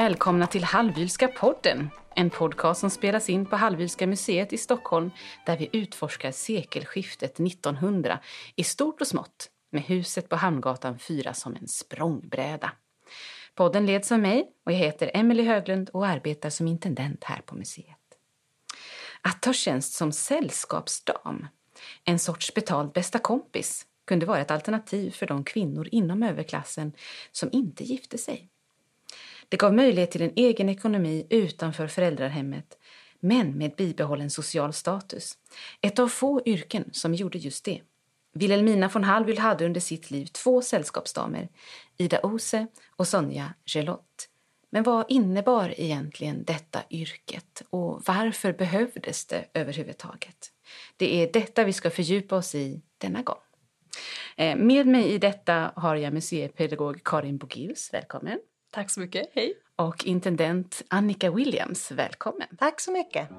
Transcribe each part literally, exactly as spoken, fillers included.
Välkomna till Hallwylska podden, en podcast som spelas in på Hallwylska museet i Stockholm där vi utforskar sekelskiftet nittonhundra i stort och smått med huset på Hamngatan fyra som en språngbräda. Podden leds av mig och jag heter Emelie Höglund och arbetar som intendent här på museet. Att ta tjänst som sällskapsdam, en sorts betald bästa kompis, kunde vara ett alternativ för de kvinnor inom överklassen som inte gifte sig. Det gav möjlighet till en egen ekonomi utanför föräldrahemmet, men med bibehållen social status. Ett av få yrken som gjorde just det. Wilhelmina von Hallwyl hade under sitt liv två sällskapsdamer, Ida Ose och Sonja Gelotte. Men vad innebar egentligen detta yrket och varför behövdes det överhuvudtaget? Det är detta vi ska fördjupa oss i denna gång. Med mig i detta har jag museipedagog Karin Bogius, välkommen. Tack så mycket, hej. Och intendent Annika Williams, välkommen. Tack så mycket.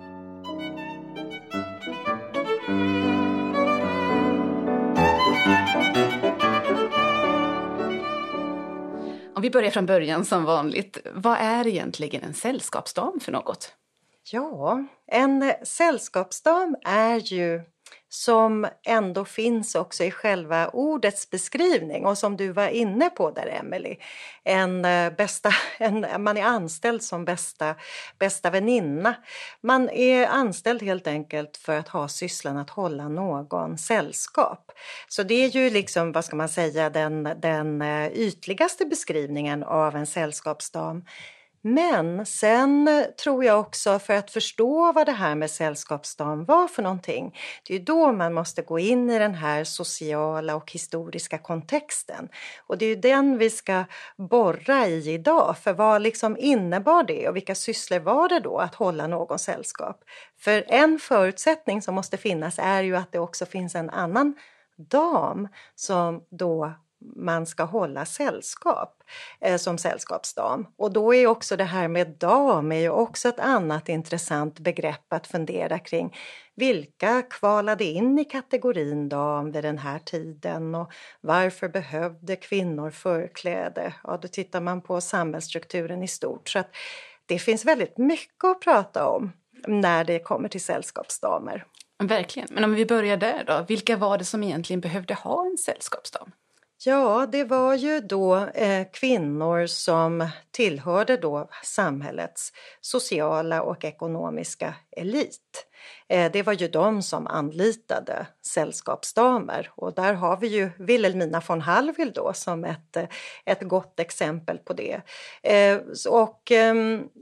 Om vi börjar från början som vanligt, vad är egentligen en sällskapsdam för något? Ja, en sällskapsdam är ju, som ändå finns också i själva ordets beskrivning och som du var inne på där, Emelie. En bästa, en, man är anställd som bästa, bästa väninna. Man är anställd helt enkelt för att ha sysslan att hålla någon sällskap. Så det är ju liksom, vad ska man säga, den, den ytligaste beskrivningen av en sällskapsdam. Men sen tror jag också, för att förstå vad det här med sällskapsdam var för någonting, det är ju då man måste gå in i den här sociala och historiska kontexten. Och det är ju den vi ska borra i idag, för vad liksom innebar det och vilka sysslor var det då att hålla någon sällskap? För en förutsättning som måste finnas är ju att det också finns en annan dam som då man ska hålla sällskap eh, som sällskapsdam. Och då är också det här med dam är ju också ett annat intressant begrepp att fundera kring. Vilka kvalade in i kategorin dam vid den här tiden och varför behövde kvinnor förkläde? Ja, då tittar man på samhällsstrukturen i stort. Så att det finns väldigt mycket att prata om när det kommer till sällskapsdamer. Verkligen, men om vi börjar där då, vilka var det som egentligen behövde ha en sällskapsdam? Ja, det var ju då eh, kvinnor som tillhörde då samhällets sociala och ekonomiska elit. Eh, det var ju de som anlitade sällskapsdamer och där har vi ju Wilhelmina von Hallwyl då som ett, ett gott exempel på det. Eh, och eh,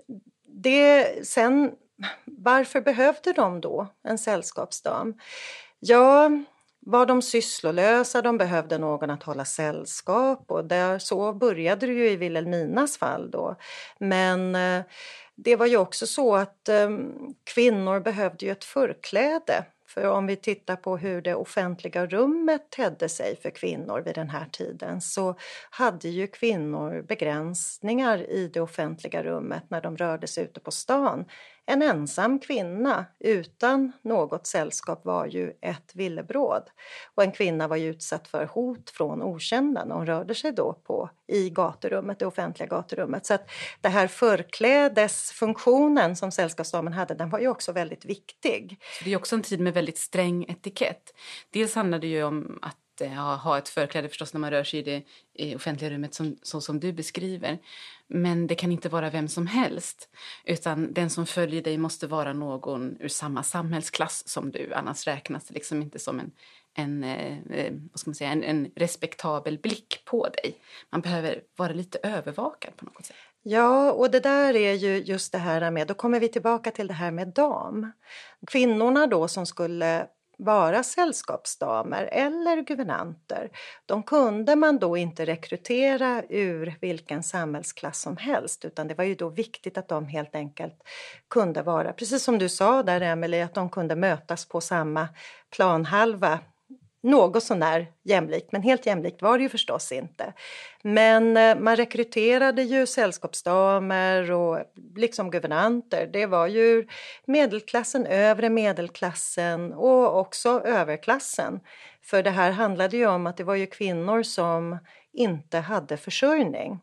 det sen, varför behövde de då en sällskapsdam? Ja, var de sysslolösa, de behövde någon att hålla sällskap och där, så började det ju i Wilhelminas fall då. Men eh, det var ju också så att eh, kvinnor behövde ju ett förkläde. För om vi tittar på hur det offentliga rummet tedde sig för kvinnor vid den här tiden så hade ju kvinnor begränsningar i det offentliga rummet när de rörde sig ute på stan. En ensam kvinna utan något sällskap var ju ett villebråd. Och en kvinna var ju utsatt för hot från okända när hon rörde sig då på, i gaturummet, det offentliga gaturummet. Så att det här förklädesfunktionen som sällskapsdamen hade, den var ju också väldigt viktig. Så det är också en tid med väldigt sträng etikett. Dels handlar det ju om att ja, ha ett förkläde förstås när man rör sig i det i offentliga rummet som, så som du beskriver. Men det kan inte vara vem som helst. Utan den som följer dig måste vara någon ur samma samhällsklass som du. Annars räknas det liksom inte som en, en, eh, vad ska man säga, en, en respektabel blick på dig. Man behöver vara lite övervakad på något sätt. Ja, och det där är ju just det här med, då kommer vi tillbaka till det här med dam. Kvinnorna då som skulle vara sällskapsdamer eller guvernanter, de kunde man då inte rekrytera ur vilken samhällsklass som helst, utan det var ju då viktigt att de helt enkelt kunde vara, precis som du sa där Emelie, att de kunde mötas på samma planhalva. Något sån där jämlikt, men helt jämlikt var det ju förstås inte. Men man rekryterade ju sällskapsdamer och liksom guvernanter. Det var ju medelklassen, övre medelklassen och också överklassen. För det här handlade ju om att det var ju kvinnor som inte hade försörjning.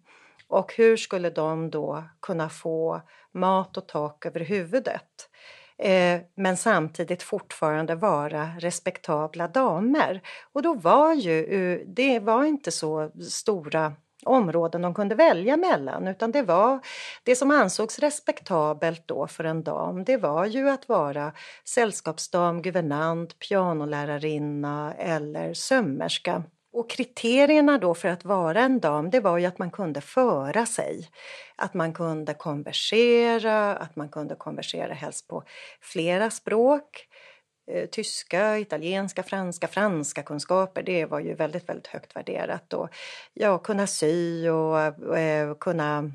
Och hur skulle de då kunna få mat och tak över huvudet? Eh, men samtidigt fortfarande vara respektabla damer. Och då var ju, det var inte så stora områden de kunde välja mellan, utan det var det som ansågs respektabelt då för en dam, det var ju att vara sällskapsdam, guvernant, pianolärarinna eller sömmerska. Och kriterierna då för att vara en dam, det var ju att man kunde föra sig, att man kunde konversera, att man kunde konversera helst på flera språk. Tyska, italienska, franska, franska kunskaper, det var ju väldigt, väldigt högt värderat. Och ja, kunna sy och eh, kunna,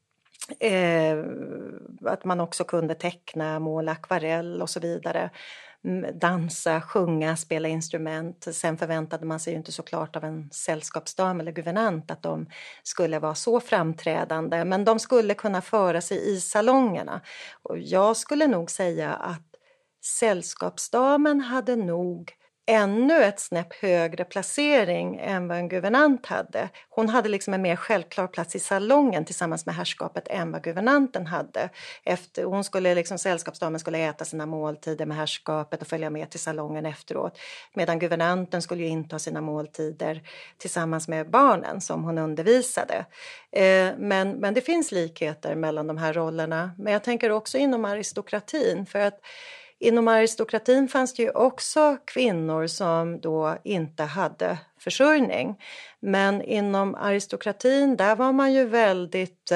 eh, att man också kunde teckna, måla akvarell och så vidare. Dansa, sjunga, spela instrument. Sen förväntade man sig ju inte såklart av en sällskapsdam eller guvernant att de skulle vara så framträdande. Men de skulle kunna föra sig i salongerna. Och jag skulle nog säga att sällskapsdamen hade nog ännu ett snäpp högre placering än vad en guvernant hade. Hon hade liksom en mer självklar plats i salongen tillsammans med herrskapet än vad guvernanten hade. Efter, hon skulle liksom, sällskapsdamen skulle äta sina måltider med herrskapet och följa med till salongen efteråt. Medan guvernanten skulle ju inta sina måltider tillsammans med barnen som hon undervisade. Eh, men, men det finns likheter mellan de här rollerna. Men jag tänker också inom aristokratin, för att inom aristokratin fanns det ju också kvinnor som då inte hade försörjning. Men inom aristokratin, där var man ju väldigt,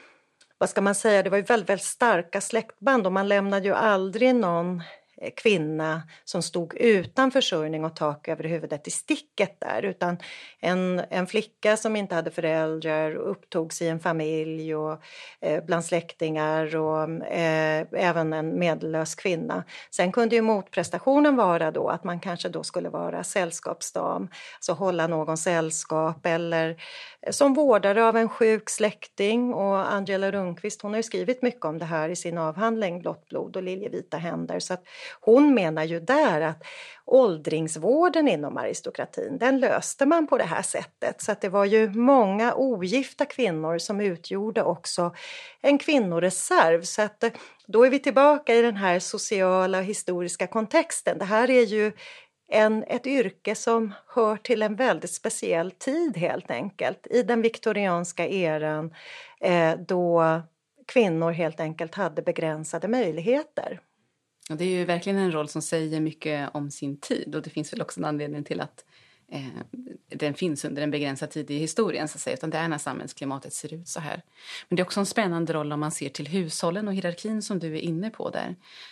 vad ska man säga, det var ju väldigt, väldigt starka släktband. Och man lämnade ju aldrig någon kvinna som stod utan försörjning och tak över huvudet i sticket där, utan en, en flicka som inte hade föräldrar upptogs i en familj och eh, bland släktingar och eh, även en medellös kvinna. Sen kunde ju motprestationen vara då att man kanske då skulle vara sällskapsdam, så hålla någon sällskap eller som vårdare av en sjuk släkting. Och Angela Rundqvist, hon har ju skrivit mycket om det här i sin avhandling Blått blod och liljevita händer, så att hon menar ju där att åldringsvården inom aristokratin, den löste man på det här sättet. Så att det var ju många ogifta kvinnor som utgjorde också en kvinnoreserv. Så att då är vi tillbaka i den här sociala och historiska kontexten. Det här är ju en, ett yrke som hör till en väldigt speciell tid helt enkelt. I den viktorianska eran eh, då kvinnor helt enkelt hade begränsade möjligheter. Och det är ju verkligen en roll som säger mycket om sin tid. Och det finns väl också en anledning till att eh, den finns under en begränsad tid i historien. Så att säga, utan det är när samhällsklimatet ser ut så här. Men det är också en spännande roll om man ser till hushållen och hierarkin som du är inne på där.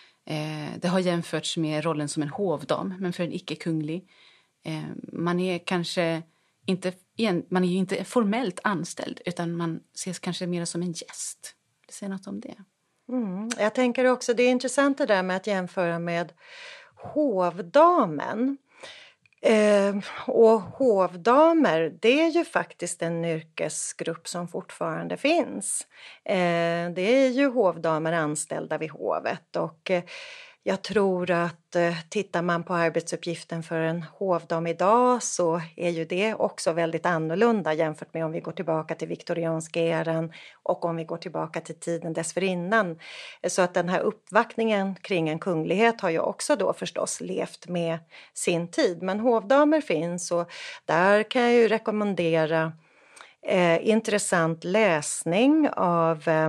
Eh, det har jämförts med rollen som en hovdam, men för en icke-kunglig. Eh, man är kanske inte, man är ju inte formellt anställd, utan man ses kanske mer som en gäst. Det säger något om det. Mm, jag tänker också, det är intressant det där med att jämföra med hovdamen. Eh, och hovdamer, det är ju faktiskt en yrkesgrupp som fortfarande finns. Eh, det är ju hovdamer anställda vid hovet, och eh, jag tror att eh, tittar man på arbetsuppgiften för en hovdam idag så är ju det också väldigt annorlunda jämfört med om vi går tillbaka till viktorianska eran och om vi går tillbaka till tiden dessförinnan. Så att den här uppvaktningen kring en kunglighet har ju också då förstås levt med sin tid. Men hovdamer finns, och där kan jag ju rekommendera eh, intressant läsning av eh,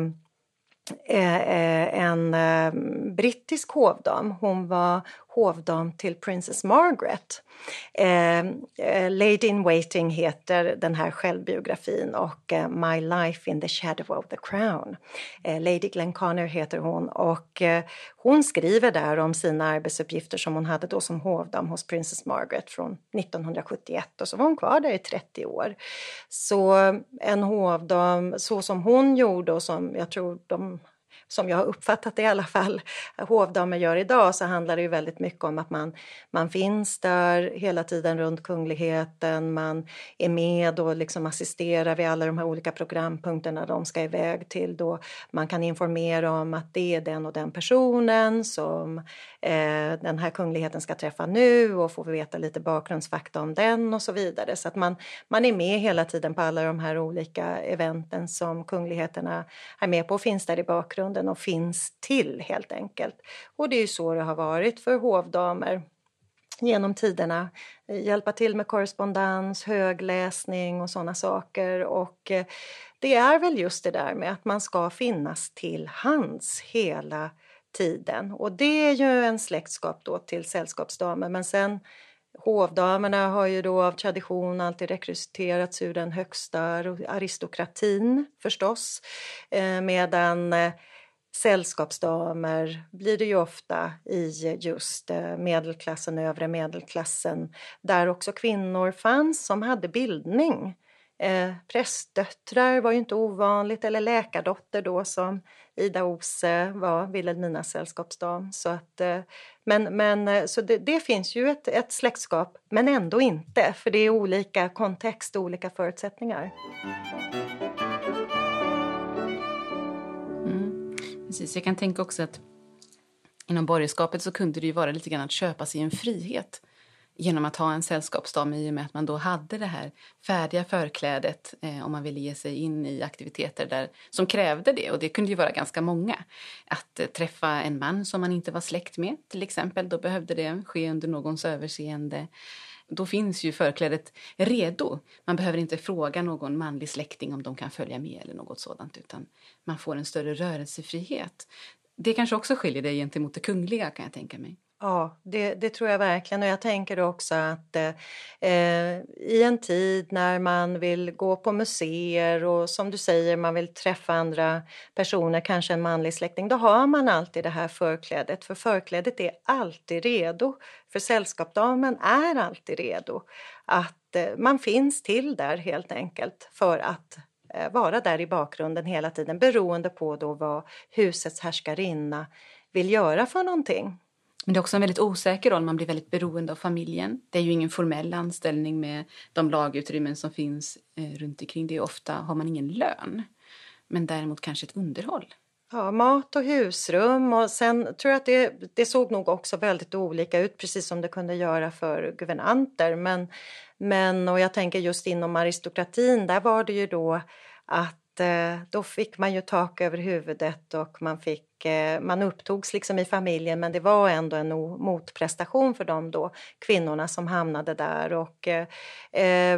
en eh, brittisk hovdam. Hon var hovdam till Princess Margaret. Eh, Lady in Waiting heter den här självbiografin, och eh, My Life in the Shadow of the Crown. Eh, Lady Glencaner heter hon, och eh, hon skriver där om sina arbetsuppgifter som hon hade då som hovdam hos Princess Margaret från nittonhundrasjuttioett, och så var hon kvar där i trettio år. Så en hovdam, så som hon gjorde och som jag tror de som jag har uppfattat det i alla fall, hovdamer gör idag, så handlar det ju väldigt mycket om att man, man finns där hela tiden runt kungligheten, man är med och liksom assisterar vid alla de här olika programpunkterna de ska iväg till. Då man kan informera om att det är den och den personen som eh, den här kungligheten ska träffa nu och får veta lite bakgrundsfakta om den och så vidare. Så att man, man är med hela tiden på alla de här olika eventen som kungligheterna är med på och finns där i bakgrunden och finns till helt enkelt. Och det är ju så det har varit för hovdamer genom tiderna, hjälpa till med korrespondens, högläsning och sådana saker. Och det är väl just det där med att man ska finnas till hands hela tiden. Och det är ju en släktskap då till sällskapsdamer. Men sen hovdamerna har ju då av tradition alltid rekryterats ur den högsta aristokratin förstås. Medan sällskapsdamer blir det ju ofta i just medelklassen, övre medelklassen, där också kvinnor fanns som hade bildning. Eh, prästdöttrar var ju inte ovanligt, eller läkardotter då som Ida Ose var, Vilhelminas sällskapsdam. Så, att, eh, men, men, så det, det finns ju ett, ett släktskap, men ändå inte, för det är olika kontext och olika förutsättningar. Precis, jag kan tänka också att inom borgerskapet så kunde det ju vara lite grann att köpa sig en frihet genom att ha en sällskapsdam, i och med att man då hade det här färdiga förklädet eh, om man ville ge sig in i aktiviteter där, som krävde det. Och det kunde ju vara ganska många. Att eh, träffa en man som man inte var släkt med till exempel, då behövde det ske under någons överseende. Då finns ju förklädet redo. Man behöver inte fråga någon manlig släkting om de kan följa med eller något sådant, utan man får en större rörelsefrihet. Det kanske också skiljer det gentemot det kungliga, kan jag tänka mig. Ja, det, det tror jag verkligen, och jag tänker också att eh, i en tid när man vill gå på museer och som du säger, man vill träffa andra personer, kanske en manlig släkting, då har man alltid det här förklädet, för förklädet är alltid redo, för sällskapsdamen är alltid redo, att eh, man finns till där helt enkelt för att eh, vara där i bakgrunden hela tiden, beroende på då vad husets härskarinna vill göra för någonting. Men det är också en väldigt osäker roll, man blir väldigt beroende av familjen. Det är ju ingen formell anställning med de lagutrymmen som finns eh, runt omkring. Det är ofta, har man ingen lön, men däremot kanske ett underhåll. Ja, mat och husrum, och sen tror jag att det, det såg nog också väldigt olika ut, precis som det kunde göra för guvernanter. Men, men, och jag tänker just inom aristokratin, där var det ju då att då fick man ju tak över huvudet och man, fick, man upptogs liksom i familjen, men det var ändå en motprestation för de då kvinnorna som hamnade där, och eh,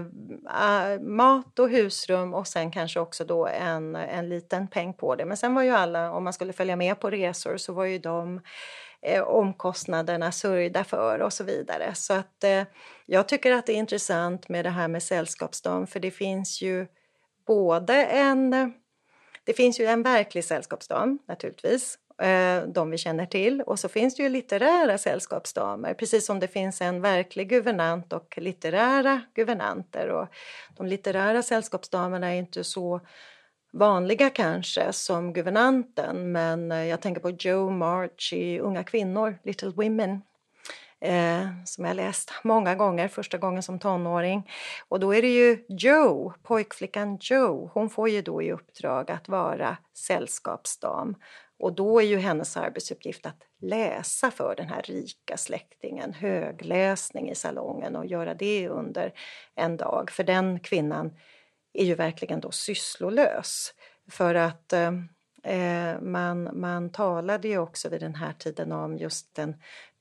mat och husrum och sen kanske också då en, en liten peng på det. Men sen var ju alla, om man skulle följa med på resor, så var ju de eh, omkostnaderna sörjda för och så vidare. Så att eh, jag tycker att det är intressant med det här med sällskapsdam, för det finns ju både en, det finns ju en verklig sällskapsdam naturligtvis, de vi känner till, och så finns det ju litterära sällskapsdamer, precis som det finns en verklig guvernant och litterära guvernanter. Och de litterära sällskapsdamerna är inte så vanliga kanske som guvernanten, men jag tänker på Jo March i Unga kvinnor, Little Women. Eh, som jag läst många gånger, första gången som tonåring. Och då är det ju Jo, pojkflickan Jo, hon får ju då i uppdrag att vara sällskapsdam. Och då är ju hennes arbetsuppgift att läsa för den här rika släktingen, högläsning i salongen, och göra det under en dag. För den kvinnan är ju verkligen då sysslolös. För att eh, man, man talade ju också vid den här tiden om just den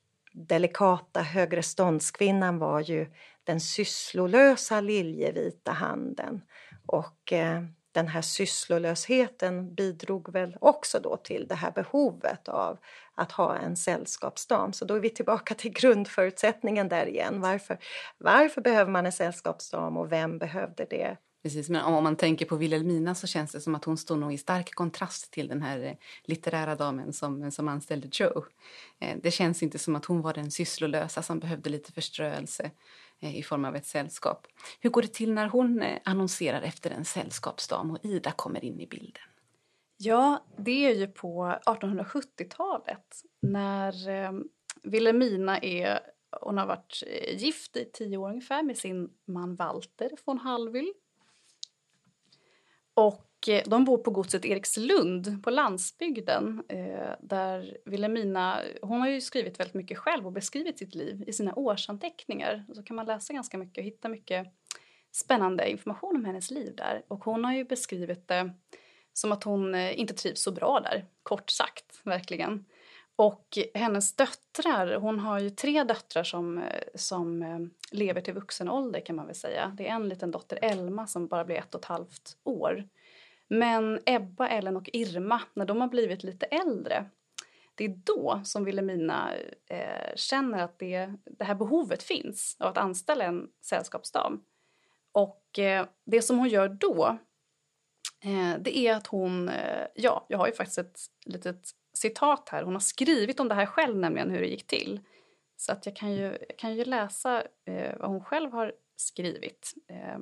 delikata högre ståndskvinnan var ju den sysslolösa liljevita handen, och eh, den här sysslolösheten bidrog väl också då till det här behovet av att ha en sällskapsdam. Så då är vi tillbaka till grundförutsättningen där igen. Varför, varför behöver man en sällskapsdam och vem behövde det? Precis, men om man tänker på Vilhelmina så känns det som att hon står nog i stark kontrast till den här litterära damen som, som anställde Jo. Det känns inte som att hon var den sysslolösa som behövde lite förströelse i form av ett sällskap. Hur går det till när hon annonserar efter en sällskapsdam och Ida kommer in i bilden? Ja, det är ju på artonhundrasjuttiotalet när eh, Vilhelmina är, hon har varit gift i tio år ungefär med sin man Walter von Hallwyl. Och de bor på godset Erikslund på landsbygden. Där Wilhelmina, hon har ju skrivit väldigt mycket själv och beskrivit sitt liv i sina årsanteckningar. Så kan man läsa ganska mycket och hitta mycket spännande information om hennes liv där. Och hon har ju beskrivit det som att hon inte trivs så bra där, kort sagt, verkligen. Och hennes döttrar, hon har ju tre döttrar som, som lever till vuxen ålder kan man väl säga. Det är en liten dotter, Elma, som bara blir ett och ett halvt år. Men Ebba, Ellen och Irma, när de har blivit lite äldre, det är då som Wilhelmina eh, känner att det, det här behovet finns av att anställa en sällskapsdam. Och eh, det som hon gör då, eh, det är att hon, eh, ja, jag har ju faktiskt ett litet citat här. Hon har skrivit om det här själv, nämligen hur det gick till. Så att jag kan ju, kan ju läsa eh, vad hon själv har skrivit. Eh,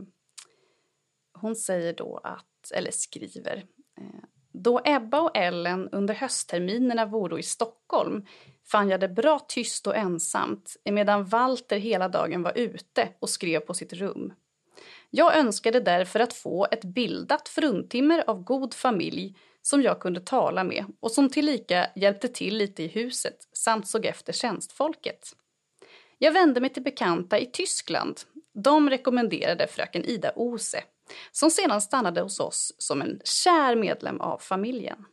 hon säger då att, eller skriver, eh, då Ebba och Ellen under höstterminerna vore i Stockholm fann jag det bra tyst och ensamt medan Walter hela dagen var ute och skrev på sitt rum. Jag önskade därför att få ett bildat fruntimmer av god familj som jag kunde tala med och som tillika hjälpte till lite i huset samt såg efter tjänstfolket. Jag vände mig till bekanta i Tyskland. De rekommenderade fröken Ida Ose, som sedan stannade hos oss som en kär medlem av familjen.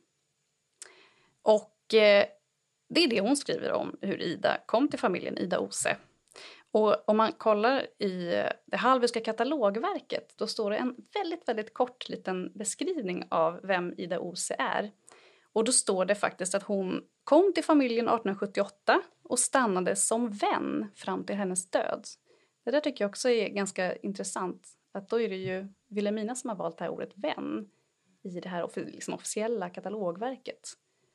Och eh, det är det hon skriver om, hur Ida kom till familjen Ida Ose. Och om man kollar i det Hallwyska katalogverket, då står det en väldigt, väldigt kort liten beskrivning av vem Ida Ose är. Och då står det faktiskt att hon kom till familjen arton sjuttioåtta och stannade som vän fram till hennes död. Det där tycker jag också är ganska intressant. Att då är det ju Wilhelmina som har valt det här ordet vän i det här liksom officiella katalogverket.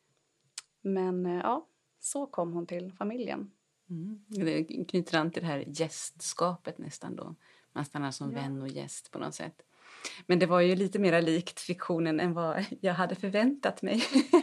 Men ja, så kom hon till familjen. Mm. Det knyter an till det här gästskapet nästan då. Man stannar som Ja. vän och gäst på något sätt. Men det var ju lite mer likt fiktionen än vad jag hade förväntat mig.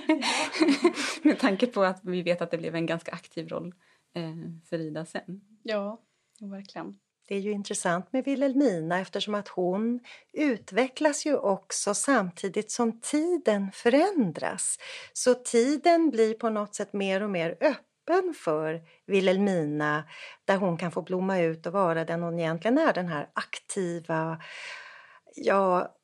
Med tanke på att vi vet att det blev en ganska aktiv roll eh, för Ida sen. Ja, verkligen. Det är ju intressant med Wilhelmina eftersom att hon utvecklas ju också samtidigt som tiden förändras. Så tiden blir på något sätt mer och mer öppen för Wilhelmina, där hon kan få blomma ut och vara den hon egentligen är, den här aktiva, ja,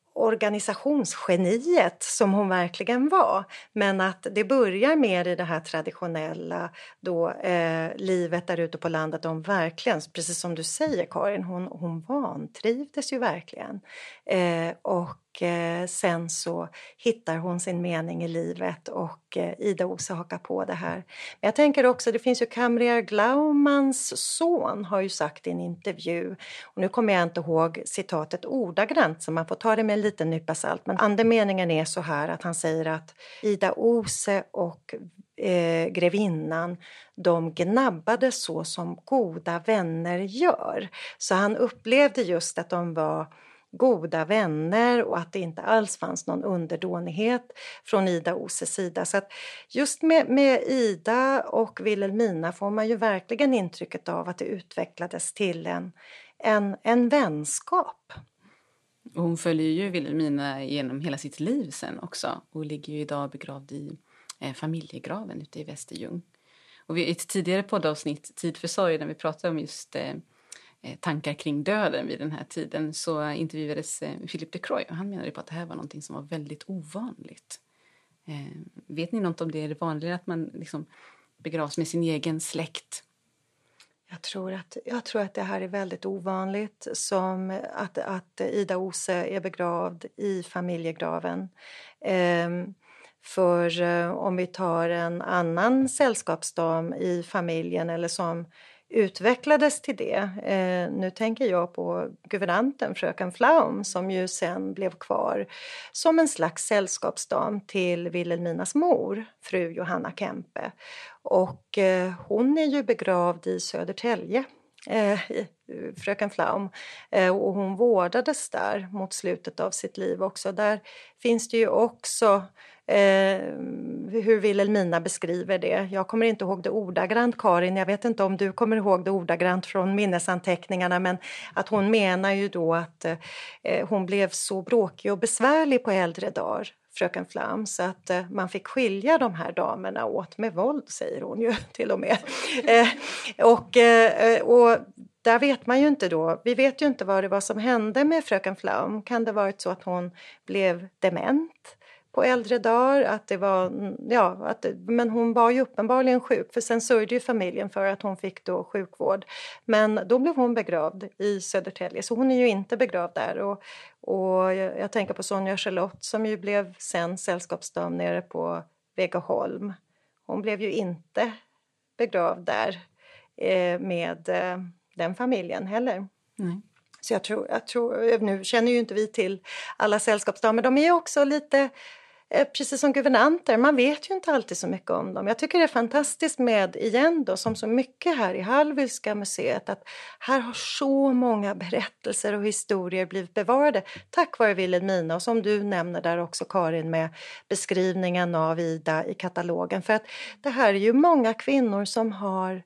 organisationsgeniet som hon verkligen var. Men att det börjar mer i det här traditionella då, eh, livet där ute på landet. De verkligen, precis som du säger Karin, hon, hon vantrivdes ju verkligen. Eh, och eh, sen så hittar hon sin mening i livet och eh, Ida Ose hakar på det här. Men jag tänker också, det finns ju kamrer Glaumans son har ju sagt i en intervju, och nu kommer jag inte ihåg citatet ordagrant så man får ta det med en liten nypa salt, men andemeningen är så här att han säger att Ida Ose och eh, grevinnan, de gnabbade så som goda vänner gör. Så han upplevde just att de var goda vänner och att det inte alls fanns någon underdånighet från Ida Oses sida. Så att just med, med Ida och Wilhelmina får man ju verkligen intrycket av att det utvecklades till en, en, en vänskap. Och hon följer ju Wilhelmina genom hela sitt liv sen också. Och ligger ju idag begravd i eh, familjegraven ute i Västerljung. Och vi, i ett tidigare poddavsnitt, Tid för sorg, när vi pratade om just eh, tankar kring döden vid den här tiden, så intervjuades eh, Philip de Croy. Och han menade på att det här var någonting som var väldigt ovanligt. Eh, vet ni något om det? Är det vanligt att man liksom begravs med sin egen släkt? Jag tror, att, jag tror att det här är väldigt ovanligt, som att, att Ida Ose är begravd i familjegraven. Ehm, för eh, om vi tar en annan sällskapsdam i familjen eller som utvecklades till det. Eh, nu tänker jag på guvernanten fröken Flaum som ju sen blev kvar som en slags sällskapsdam till Wilhelminas mor, fru Johanna Kempe. Och eh, hon är ju begravd i Södertälje, eh, fröken Flaum. Eh, och hon vårdades där mot slutet av sitt liv också. Där finns det ju också eh, hur Wilhelmina beskriver det. Jag kommer inte ihåg det ordagrant, Karin. Jag vet inte om du kommer ihåg det ordagrant från minnesanteckningarna, men att hon menar ju då att eh, hon blev så bråkig och besvärlig på äldre dagar, fröken Flam, så att eh, man fick skilja de här damerna åt med våld, säger hon ju till och med. eh, och, eh, och där vet man ju inte då, vi vet ju inte vad det var som hände med fröken Flam. Kan det varit så att hon blev dement på äldre dagar? Att det var, ja, att, men hon var ju uppenbarligen sjuk, för sen sörjde ju familjen för att hon fick då sjukvård. Men då blev hon begravd i Södertälje, så hon är ju inte begravd där. Och, och jag, jag tänker på Sonja Charlotte som ju blev sen sällskapsdam nere på Vegaholm. Hon blev ju inte begravd där eh, med eh, den familjen heller. Nej. Så jag tror, jag tror, nu känner ju inte vi till alla sällskapsdamer, de är ju också lite, eh, precis som guvernanter, man vet ju inte alltid så mycket om dem. Jag tycker det är fantastiskt med, igen då, som så mycket här i Hallwylska museet, att här har så många berättelser och historier blivit bevarade tack vare Wilhelmina, och som du nämner där också, Karin, med beskrivningen av Ida i katalogen. För att det här är ju många kvinnor som har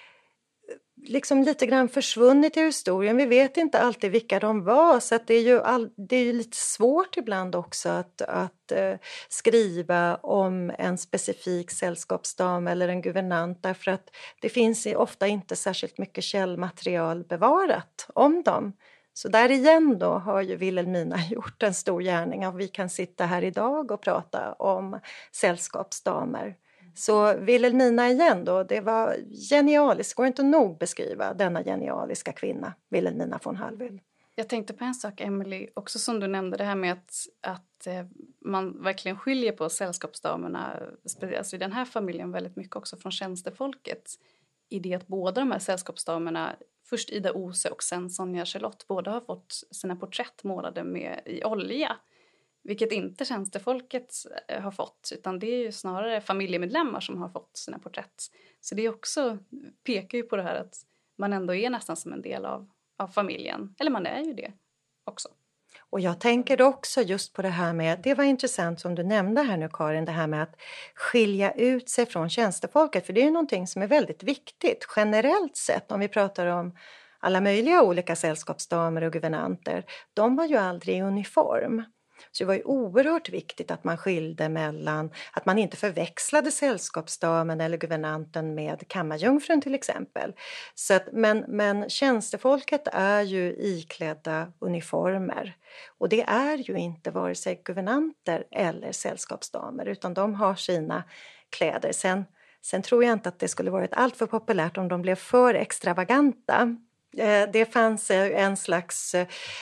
liksom lite grann försvunnit i historien. Vi vet inte alltid vilka de var, så att det är ju all, det är ju lite svårt ibland också att, att uh, skriva om en specifik sällskapsdam eller en guvernant, därför att det finns ofta inte särskilt mycket källmaterial bevarat om dem. Så där igen då har ju Wilhelmina gjort en stor gärning, och vi kan sitta här idag och prata om sällskapsdamer. Så Wilhelmina igen då, det var genialiskt, går inte nog beskriva denna genialiska kvinna, Wilhelmina von Hallwyl. Jag tänkte på en sak, Emily, också som du nämnde, det här med att, att man verkligen skiljer på sällskapsdamerna, alltså i den här familjen väldigt mycket också från tjänstefolket, i det att båda de här sällskapsdamerna, först Ida Ose och sen Sonja Charlotte, båda har fått sina porträtt målade med i olja. Vilket inte tjänstefolket har fått, utan det är ju snarare familjemedlemmar som har fått sina porträtt. Så det är också, pekar ju på det här att man ändå är nästan som en del av, av familjen. Eller man är ju det också. Och jag tänker också just på det här med, det var intressant som du nämnde här nu, Karin, det här med att skilja ut sig från tjänstefolket. För det är ju någonting som är väldigt viktigt generellt sett, om vi pratar om alla möjliga olika sällskapsdamer och guvernanter. De var ju aldrig i uniform. Så det var ju oerhört viktigt att man skilde mellan, att man inte förväxlade sällskapsdamen eller guvernanten med kammarjungfrun till exempel. Så att, men, men tjänstefolket är ju iklädda uniformer, och det är ju inte vare sig guvernanter eller sällskapsdamer, utan de har sina kläder. Sen, sen tror jag inte att det skulle varit allt för populärt om de blev för extravaganta. Det fanns en slags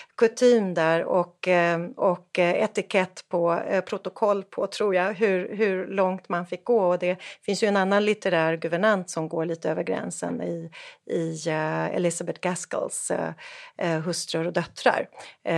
kutym där och, och etikett på, protokoll på, tror jag, hur, hur långt man fick gå. Och det finns ju en annan litterär guvernant som går lite över gränsen i, i Elizabeth Gaskells hustrur och döttrar.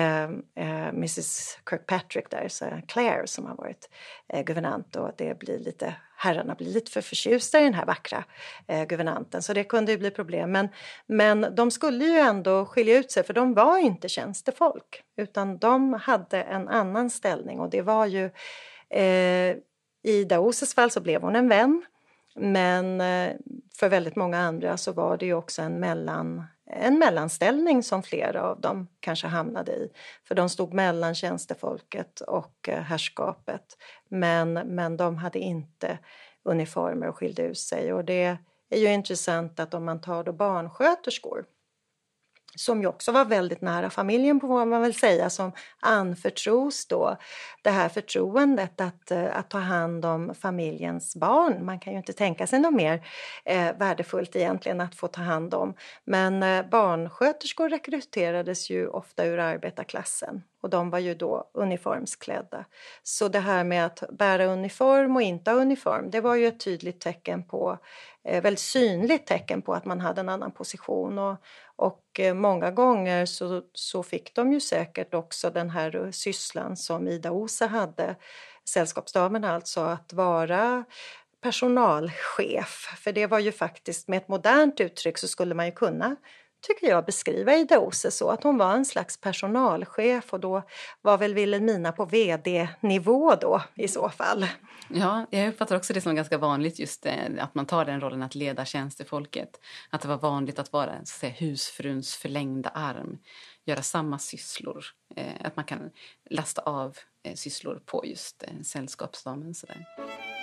missus Kirkpatrick där, så Claire, som har varit guvernant, och det blir lite, herrarna blir lite för förtjusta i den här vackra guvernanten, så det kunde ju bli problem. Men, men de skulle ju ändå skilja ut sig, för de var inte tjänstefolk, utan de hade en annan ställning, och det var ju eh, i Ida Oses fall så blev hon en vän, men eh, för väldigt många andra så var det ju också en mellan en mellanställning som flera av dem kanske hamnade i, för de stod mellan tjänstefolket och eh, härskapet, men, men de hade inte uniformer och skilde ut sig. Och det är ju intressant att om man tar då barnsköterskor, som ju också var väldigt nära familjen, på vad man vill säga, som anförtros då det här förtroendet att, att ta hand om familjens barn. Man kan ju inte tänka sig något mer eh, värdefullt egentligen att få ta hand om. Men eh, barnsköterskor rekryterades ju ofta ur arbetarklassen, och de var ju då uniformsklädda. Så det här med att bära uniform och inte ha uniform, det var ju ett tydligt tecken på, eh, väldigt synligt tecken på att man hade en annan position. Och, och eh, många gånger så, så fick de ju säkert också den här sysslan som Ida Ose hade, sällskapsdamerna alltså, att vara personalchef. För det var ju faktiskt, med ett modernt uttryck så skulle man ju kunna tycker jag, beskriva Ida Ose så att hon var en slags personalchef, och då var väl Wilhelmina på vd-nivå då i så fall. Ja, jag uppfattar också det som ganska vanligt, just det, att man tar den rollen att leda tjänstefolket. Att det var vanligt att vara så att säga, husfruns förlängda arm, göra samma sysslor. Eh, att man kan lasta av eh, sysslor på just eh, sällskapsdamen. Så där.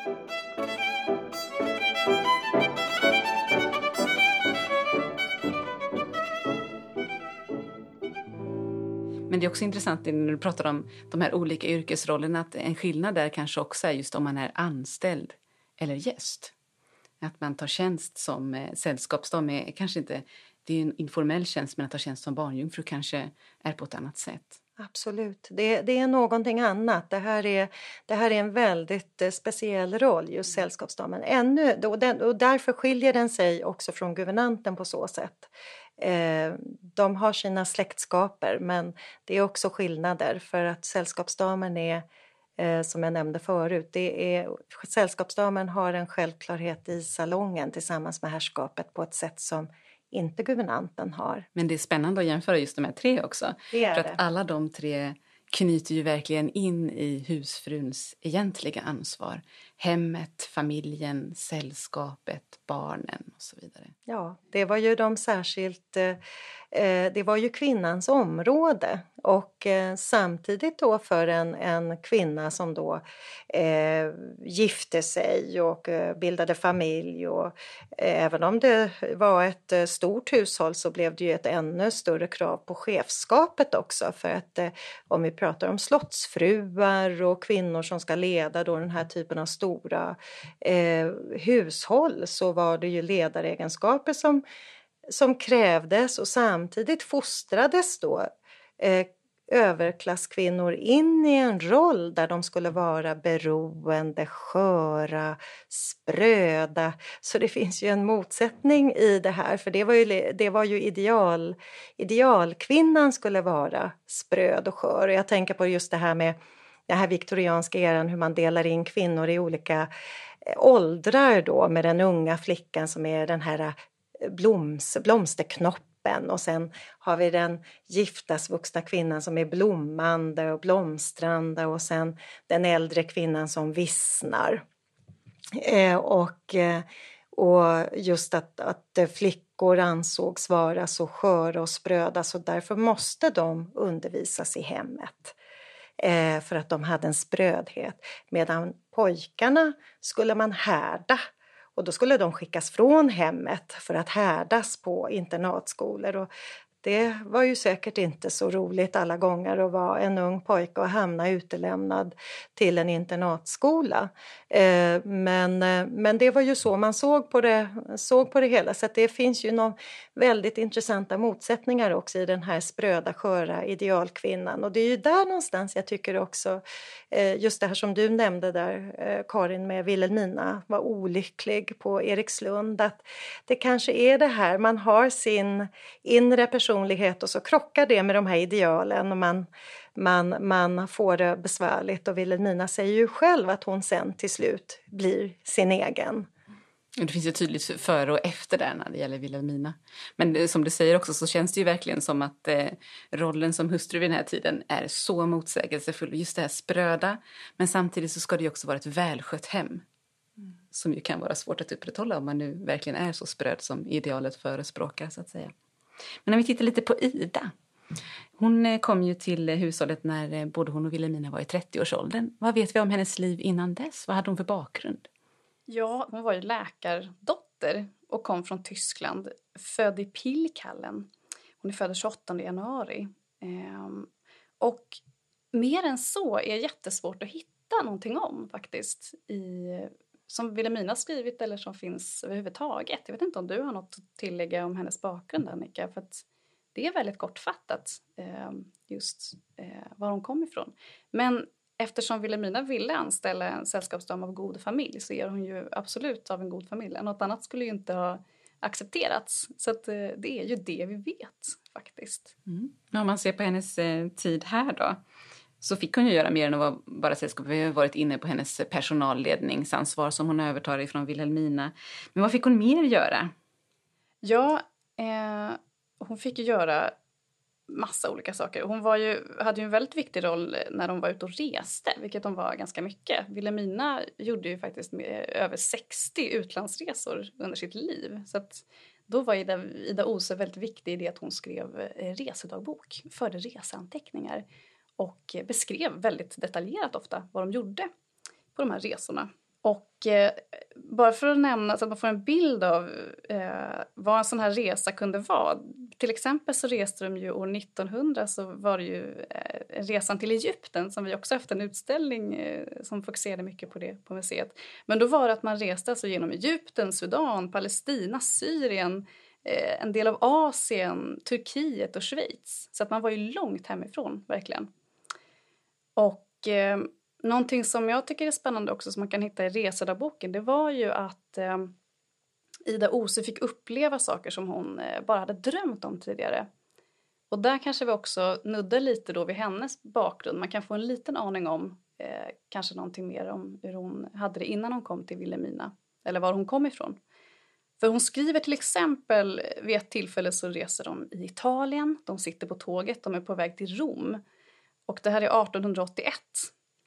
Men det är också intressant när du pratar om de här olika yrkesrollerna, att en skillnad där kanske också är just om man är anställd eller gäst. Att man tar tjänst som eh, sällskapsdam är kanske inte, det är en informell tjänst, men att ta tjänst som barnjungfru kanske är på ett annat sätt. Absolut, det, det är någonting annat. Det här är, det här är en väldigt eh, speciell roll, just sällskapsdamen. Ännu, då, den, och därför skiljer den sig också från guvernanten på så sätt. Eh, de har sina släktskaper, men det är också skillnader, för att sällskapsdamen är, eh, som jag nämnde förut, det är, sällskapsdamen har en självklarhet i salongen tillsammans med herrskapet på ett sätt som inte guvernanten har. Men det är spännande att jämföra just de här tre också. Det är för det. Att alla de tre knyter ju verkligen in i husfruns egentliga ansvar. Hemmet, familjen, sällskapet, barnen och så vidare. Ja, det var ju de särskilt, eh, det var ju kvinnans område, och eh, samtidigt då för en, en kvinna som då eh, gifte sig och eh, bildade familj, och eh, även om det var ett eh, stort hushåll så blev det ju ett ännu större krav på chefskapet också, för att eh, om vi pratar om slottsfruar och kvinnor som ska leda då den här typen av stora eh, hushåll, så var det ju ledaregenskaper som, som krävdes, och samtidigt fostrades då eh, överklasskvinnor in i en roll där de skulle vara beroende, sköra, spröda. Så det finns ju en motsättning i det här, för det var ju, det var ju ideal, idealkvinnan skulle vara spröd och skör. Och jag tänker på just det här med den här viktorianska eran, hur man delar in kvinnor i olika åldrar då, med den unga flickan som är den här bloms, blomsterknoppen, och sen har vi den giftasvuxna kvinnan som är blommande och blomstrande, och sen den äldre kvinnan som vissnar. Eh, och, och just att, att flickor ansågs vara så sköra och spröda, så därför måste de undervisas i hemmet. Eh, för att de hade en sprödhet. Medan pojkarna skulle man härda. Och då skulle de skickas från hemmet för att härdas på internatskolor. Och det var ju säkert inte så roligt alla gånger att vara en ung pojke och hamna utelämnad till en internatskola. Eh, men, men det var ju så man såg på det, såg på det hela. Så att det finns ju någon väldigt intressanta motsättningar också i den här spröda, sköra idealkvinnan. Och det är ju där någonstans jag tycker också, eh, just det här som du nämnde där, eh, Karin, med Wilhelmina var olycklig på Erikslund. Att det kanske är det här, man har sin inre personlighet och så krockar det med de här idealen, och man, man, man får det besvärligt. Och Wilhelmina säger ju själv att hon sen till slut blir sin egen. Det finns ju tydligt före och efter där när det gäller Wilhelmina. Men som du säger också, så känns det ju verkligen som att eh, rollen som hustru vid den här tiden är så motsägelsefull. Just det här spröda, men samtidigt så ska det ju också vara ett välskött hem. Mm. Som ju kan vara svårt att upprätthålla om man nu verkligen är så spröd som idealet förespråkar, så att säga. Men när vi tittar lite på Ida. Hon kom ju till hushållet när både hon och Wilhelmina var i trettioårsåldern. Vad vet vi om hennes liv innan dess? Vad hade hon för bakgrund? Ja, hon var ju läkardotter och kom från Tyskland. Född i Pilkallen. Hon är född tjugoåttonde januari. Ehm, och mer än så är jättesvårt att hitta någonting om faktiskt. I, som Wilhelmina skrivit eller som finns överhuvudtaget. Jag vet inte om du har något att tillägga om hennes bakgrund, Annika. För att det är väldigt kortfattat eh, just eh, var hon kom ifrån. Men eftersom Wilhelmina ville anställa en sällskapsdam av god familj så är hon ju absolut av en god familj. Något annat skulle ju inte ha accepterats. Så att, eh, det är ju det vi vet faktiskt. Mm. Om man ser på hennes eh, tid här då, så fick hon ju göra mer än att vara bara sällskap. Vi har varit inne på hennes personalledningsansvar som hon övertar ifrån Wilhelmina. Men vad fick hon mer göra? Ja, eh, hon fick ju göra massa olika saker. Hon var ju, hade ju en väldigt viktig roll när de var ute och reste, vilket de var ganska mycket. Wilhelmina gjorde ju faktiskt med över sextio utlandsresor under sitt liv. Så att då var Ida, Ida Ose väldigt viktig i det att hon skrev resedagbok, förde reseanteckningar och beskrev väldigt detaljerat ofta vad de gjorde på de här resorna. Och eh, bara för att nämna så att man får en bild av eh, vad en sån här resa kunde vara. Till exempel så reste de ju år nittonhundra, så var det ju eh, resan till Egypten som vi också haft en utställning eh, som fokuserade mycket på det på museet. Men då var det att man reste alltså genom Egypten, Sudan, Palestina, Syrien, eh, en del av Asien, Turkiet och Schweiz. Så att man var ju långt hemifrån verkligen. Och eh, någonting som jag tycker är spännande också som man kan hitta i resedagboken, det var ju att eh, Ida Ose fick uppleva saker som hon eh, bara hade drömt om tidigare. Och där kanske vi också nuddar lite då vid hennes bakgrund. Man kan få en liten aning om eh, kanske någonting mer om hur hon hade det innan hon kom till Wilhelmina. Eller var hon kom ifrån. För hon skriver till exempel, vid ett tillfälle så reser de i Italien. De sitter på tåget, de är på väg till Rom. Och det här är arton åttioett.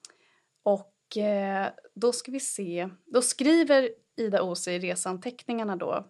Och eh, då ska vi se, då skriver Ida Ose i resanteckningarna då: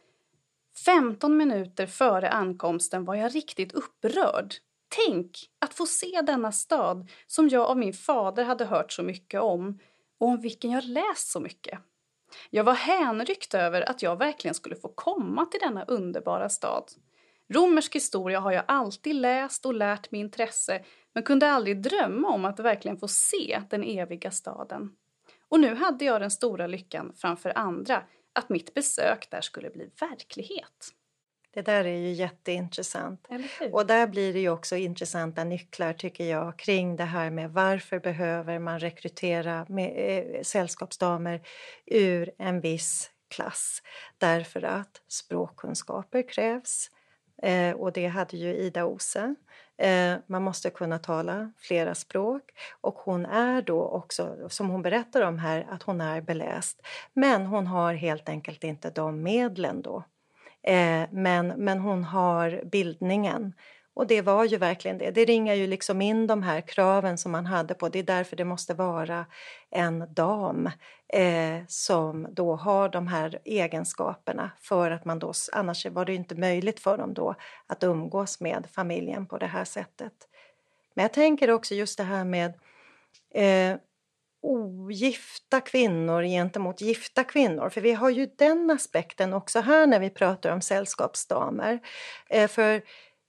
femton minuter före ankomsten var jag riktigt upprörd. Tänk att få se denna stad som jag av min fader hade hört så mycket om och om vilken jag läst så mycket. Jag var hänryckt över att jag verkligen skulle få komma till denna underbara stad. Romersk historia har jag alltid läst och lärt med intresse, men kunde aldrig drömma om att verkligen få se den eviga staden. Och nu hade jag den stora lyckan framför andra att mitt besök där skulle bli verklighet. Det där är ju jätteintressant. Eller hur? Och där blir det ju också intressanta nycklar tycker jag kring det här med varför behöver man rekrytera med, eh, sällskapsdamer ur en viss klass. Därför att språkkunskaper krävs. Eh, och det hade ju Ida Ose. Eh, man måste kunna tala flera språk. Och hon är då också, som hon berättar om här, att hon är beläst. Men hon har helt enkelt inte de medlen då. Eh, men, men hon har bildningen. Och det var ju verkligen det. Det ringar ju liksom in de här kraven som man hade på. Det är därför det måste vara en dam eh, som då har de här egenskaperna. För att man då, annars var det ju inte möjligt för dem då att umgås med familjen på det här sättet. Men jag tänker också just det här med eh, ogifta kvinnor gentemot gifta kvinnor. För vi har ju den aspekten också här när vi pratar om sällskapsdamer. Eh, för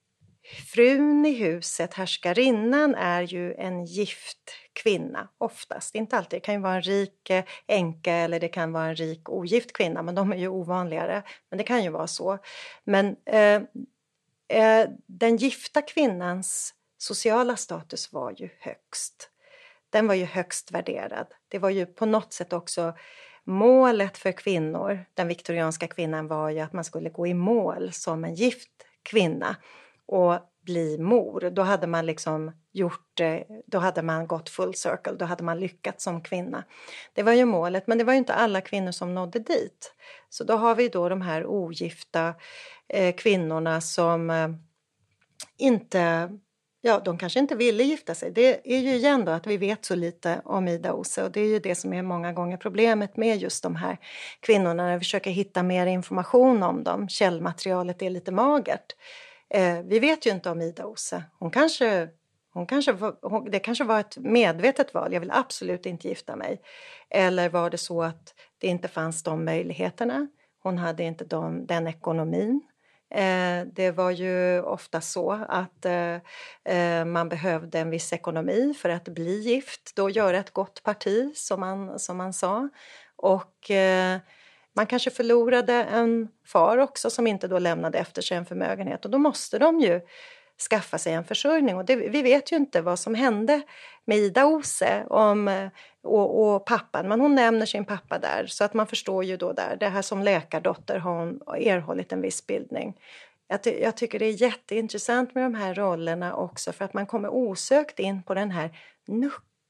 frun i huset, härskarinnan, är ju en gift kvinna oftast. Inte alltid, det kan ju vara en rik änka eller det kan vara en rik ogift kvinna. Men de är ju ovanligare, men det kan ju vara så. Men eh, eh, den gifta kvinnans sociala status var ju högst. Den var ju högst värderad. Det var ju på något sätt också målet för kvinnor. Den viktorianska kvinnan var ju att man skulle gå i mål som en gift kvinna och bli mor. Då hade man liksom gjort, då hade man gått full circle. Då hade man lyckats som kvinna. Det var ju målet, men det var ju inte alla kvinnor som nådde dit. Så då har vi då de här ogifta eh, kvinnorna som eh, inte... Ja, de kanske inte ville gifta sig. Det är ju igen då att vi vet så lite om Ida Ose. Och det är ju det som är många gånger problemet med just de här kvinnorna. När vi försöker hitta mer information om dem. Källmaterialet är lite magert. Eh, vi vet ju inte om Ida Ose. Hon kanske, hon kanske var, hon, det kanske var ett medvetet val. Jag vill absolut inte gifta mig. Eller var det så att det inte fanns de möjligheterna. Hon hade inte de, den ekonomin. Eh, det var ju ofta så att eh, man behövde en viss ekonomi för att bli gift. Då göra ett gott parti som man, som man sa. Och eh, man kanske förlorade en far också som inte då lämnade efter sig en förmögenhet. Och då måste de ju skaffa sig en försörjning. Och det, vi vet ju inte vad som hände med Ida Ose om, och, och pappan. Men hon nämner sin pappa där. Så att man förstår ju då där. Det här som läkardotter har hon erhållit en viss bildning. Jag, ty- jag tycker det är jätteintressant med de här rollerna också. För att man kommer osökt in på den här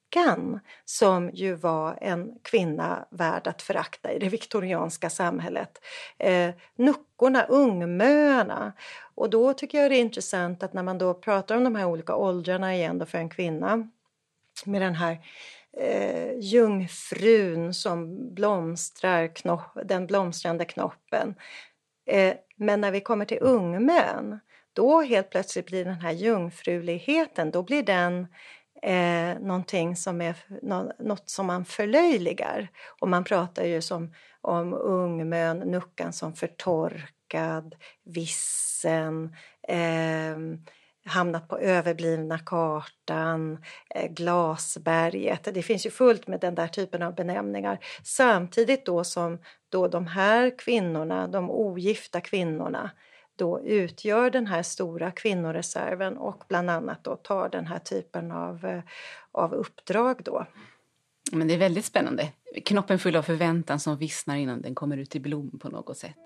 nuckan som ju var en kvinna värd att förakta i det viktorianska samhället. Eh, nuckorna, ungmöarna. Och då tycker jag det är intressant att när man då pratar om de här olika åldrarna igen då för en kvinna med den här eh, jungfrun som blomstrar, knopp, den blomstrande knoppen. Eh, men när vi kommer till ungmön, då helt plötsligt blir den här jungfruligheten, då blir den eh, någonting som är nå, något som man förlöjligar. Och man pratar ju som, om ungmön, nuckan som förtorkad, vissen, eh, hamnat på överblivna kartan, eh, glasberget. Det finns ju fullt med den där typen av benämningar. Samtidigt då som då de här kvinnorna, de ogifta kvinnorna, då utgör den här stora kvinnoreserven och bland annat då tar den här typen av, eh, av uppdrag då. Men det är väldigt spännande. Knoppen full av förväntan som vissnar innan den kommer ut i blom på något sätt.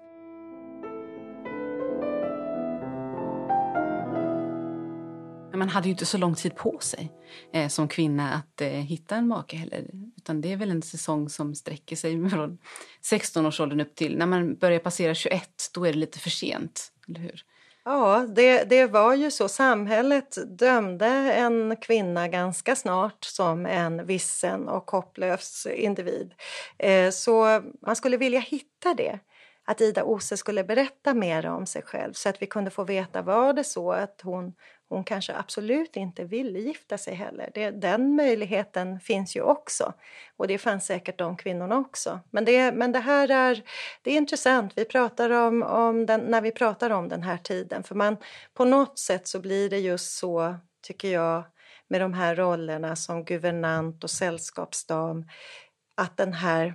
Man hade ju inte så lång tid på sig eh, som kvinna att eh, hitta en make heller. Utan det är väl en säsong som sträcker sig från sexton-årsåldern upp till när man börjar passera tjugoett, då är det lite för sent, eller hur? Ja, det, det var ju så. Samhället dömde en kvinna ganska snart som en vissen och hopplös individ. Eh, så man skulle vilja hitta det. Att Ida Ose skulle berätta mer om sig själv så att vi kunde få veta, var det så att hon, hon kanske absolut inte ville gifta sig heller. Det, den möjligheten finns ju också och det fanns säkert de kvinnorna också. Men det, men det här är, det är intressant, vi pratar om, om den, när vi pratar om den här tiden. För man, på något sätt så blir det just så, tycker jag, med de här rollerna som guvernant och sällskapsdam, att den här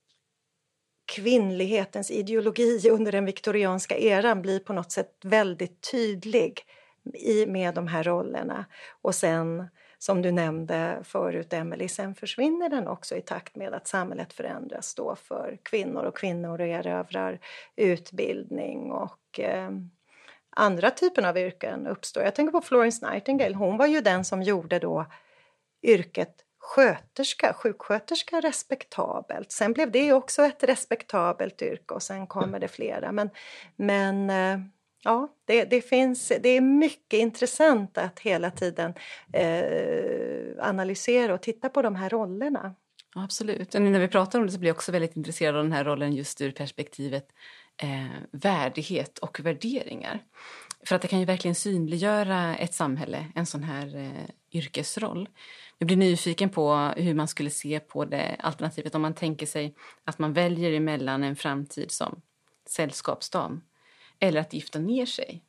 kvinnlighetens ideologi under den viktorianska eran blir på något sätt väldigt tydlig i med de här rollerna. Och sen, som du nämnde förut Emily, sen försvinner den också i takt med att samhället förändras då för kvinnor och kvinnor erövrar utbildning och eh, andra typer av yrken uppstår. Jag tänker på Florence Nightingale, hon var ju den som gjorde då yrket sköterska, sjuksköterska respektabelt. Sen blev det också ett respektabelt yrke och sen kommer det flera. Men, men ja, det, det finns, det är mycket intressant att hela tiden eh, analysera och titta på de här rollerna. Ja, absolut. Och när vi pratar om det så blir jag också väldigt intresserad av den här rollen just ur perspektivet eh, värdighet och värderingar. För att det kan ju verkligen synliggöra ett samhälle, en sån här eh, yrkesroll. Jag blir nyfiken på hur man skulle se på det alternativet om man tänker sig att man väljer emellan en framtid som sällskapsdam eller att gifta ner sig.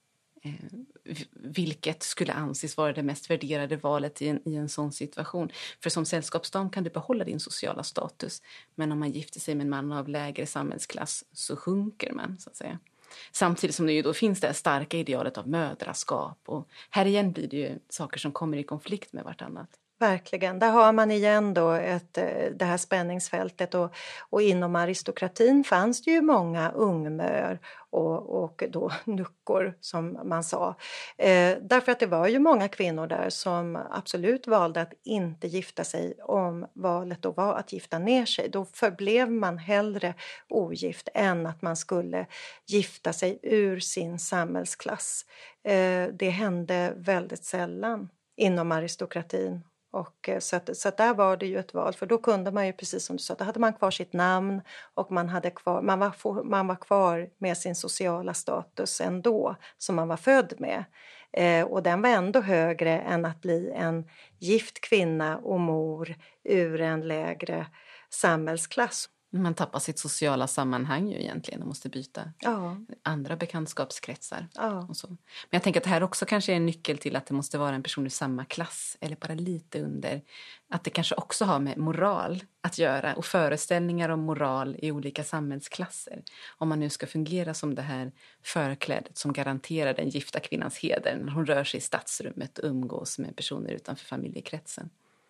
Eh, vilket skulle anses vara det mest värderade valet i en, i en sån situation. För som sällskapsdam kan du behålla din sociala status, men om man gifter sig med en man av lägre samhällsklass så sjunker man, så att säga. Samtidigt som det ju då finns det starka idealet av mödraskap. Och här igen blir det ju saker som kommer i konflikt med vartannat. Verkligen, där har man igen då ett, det här spänningsfältet och, och inom aristokratin fanns det ju många ungmör och, och då nuckor som man sa. Eh, därför att det var ju många kvinnor där som absolut valde att inte gifta sig om valet då var att gifta ner sig. Då förblev man hellre ogift än att man skulle gifta sig ur sin samhällsklass. Eh, det hände väldigt sällan inom aristokratin. Och så, att, så att där var det ju ett val, för då kunde man ju precis som du sa, då hade man kvar sitt namn och man, hade kvar, man, var, man var kvar med sin sociala status ändå som man var född med. Eh, och den var ändå högre än att bli en gift kvinna och mor ur en lägre samhällsklass. Man tappar sitt sociala sammanhang ju egentligen och måste byta ja. andra bekantskapskretsar. Ja. Och så. Men jag tänker att det här också kanske är en nyckel till att det måste vara en person i samma klass eller bara lite under. Att det kanske också har med moral att göra och föreställningar om moral i olika samhällsklasser. Om man nu ska fungera som det här förklädet som garanterar den gifta kvinnans heder när hon rör sig i stadsrummet och umgås med personer utanför familjekretsen.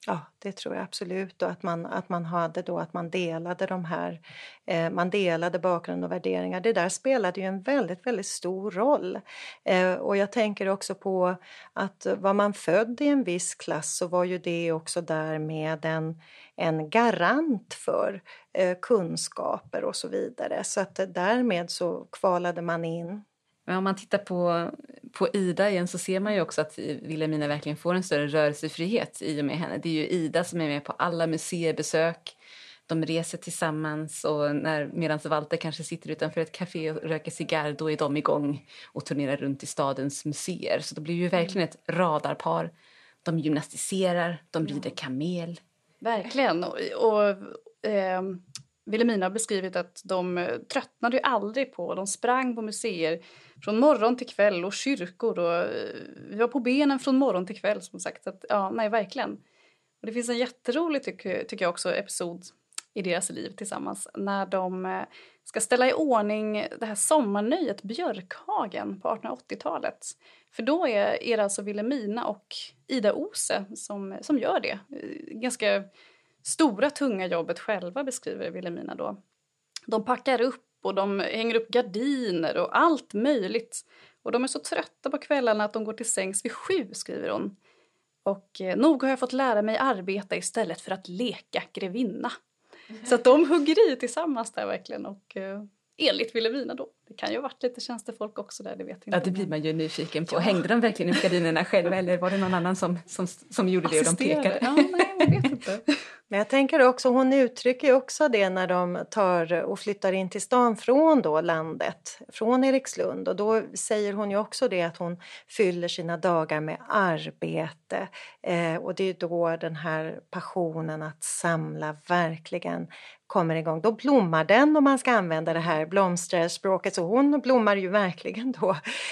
Ja, det tror jag absolut. Och att man, att man hade då att man delade de här, eh, man delade bakgrund och värderingar. Det där spelade ju en väldigt, väldigt stor roll. Eh, och jag tänker också på att var man född i en viss klass så var ju det också därmed en, en garant för eh, kunskaper och så vidare. Så att därmed så kvalade man in. Men om man tittar på, på Ida igen så ser man ju också att Wilhelmina verkligen får en större rörelsefrihet i och med henne. Det är ju Ida som är med på alla museibesök. De reser tillsammans och när, medan Walter kanske sitter utanför ett café och röker cigarr, då är de igång och turnerar runt i stadens museer. Så det blir ju verkligen ett radarpar. De gymnastiserar, de rider kamel. Verkligen. Och, och eh, Wilhelmina har beskrivit att de tröttnade ju aldrig på. De sprang på museer från morgon till kväll och kyrkor. Och vi var på benen från morgon till kväll som sagt. Att, ja, nej, verkligen. Och det finns en jätterolig, tycker, tycker jag också, episod i deras liv tillsammans. När de ska ställa i ordning det här sommarnöjet Björkhagen på artonhundraåttiotalet. För då är, är det alltså Wilhelmina och Ida Ose som, som gör det. Ganska stora, tunga jobbet själva beskriver Wilhelmina då. De packar upp och de hänger upp gardiner och allt möjligt. Och de är så trötta på kvällarna att de går till sängs vid sju, skriver hon. Och eh, nog har jag fått lära mig arbeta istället för att leka grevinna. Mm. Så att de hugger i tillsammans där verkligen. Och eh, enligt Wilhelmina då. Det kan ju ha varit lite tjänstefolk också där, det vet jag inte. Ja, det blir man ju nyfiken på. Ja. Hängde de verkligen upp gardinerna själva eller var det någon annan som, som, som gjorde det och de pekade? Ja, nej, jag vet inte. Men jag tänker också, hon uttrycker ju också det när de tar och flyttar in till stan från då landet, från Erikslund. Och då säger hon ju också det att hon fyller sina dagar med arbete. Eh, och det är då den här passionen att samla verkligen kommer igång. Då blommar den om man ska använda det här blomsterspråket. Så hon blommar ju verkligen då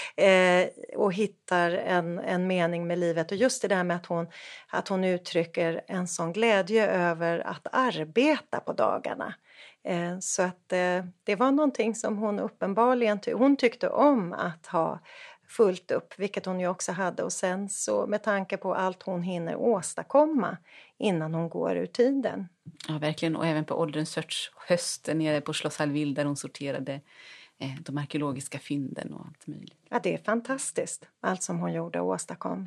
eh, och hittar en, en mening med livet. Och just det där med att hon, att hon uttrycker en sån glädje över att arbeta på dagarna. Eh, så att eh, det var någonting som hon uppenbarligen ty- hon tyckte om att ha fullt upp, vilket hon ju också hade. Och sen så med tanke på allt hon hinner åstadkomma innan hon går ur tiden. Ja, verkligen. Och även på ålderns höst nere på Schloss Hallwyl där hon sorterade eh, de arkeologiska fynden och allt möjligt. Ja, det är fantastiskt. Allt som hon gjorde och åstadkom.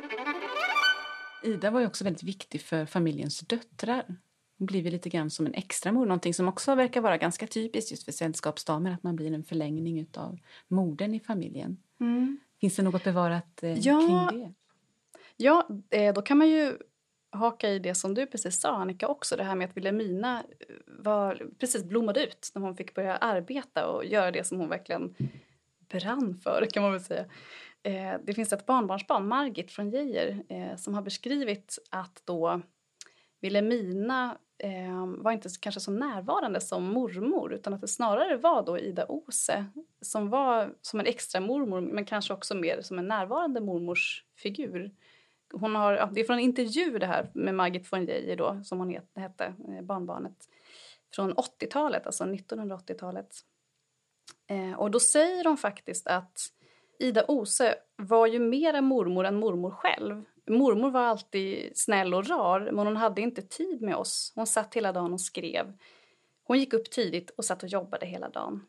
Ida var ju också väldigt viktig för familjens döttrar. Hon blir lite grann som en extra mor. Någonting som också verkar vara ganska typiskt just för sällskapsdamer. Att man blir en förlängning av modern i familjen. Mm. Finns det något bevarat eh, ja, kring det? Ja, eh, då kan man ju haka i det som du precis sa, Annika, också. Det här med att Wilhelmina var, precis blommade ut när hon fick börja arbeta och göra det som hon verkligen brann för, kan man väl säga. Eh, det finns ett barnbarnsbarn, Margit från Geijer, eh, som har beskrivit att då Wilhelmina eh, var inte kanske så närvarande som mormor, utan att det snarare var då Ida Ose som var som en extra mormor, men kanske också mer som en närvarande mormors figur. Hon har, ja, det är från en intervju det här med Margit von Geijer då, som hon het, hette, eh, barnbarnet, från åttiotalet, alltså nittonhundraåttiotalet. Eh, och då säger de faktiskt att Ida Ose var ju mera mormor än mormor själv. Mormor var alltid snäll och rar, men hon hade inte tid med oss. Hon satt hela dagen och skrev. Hon gick upp tidigt och satt och jobbade hela dagen.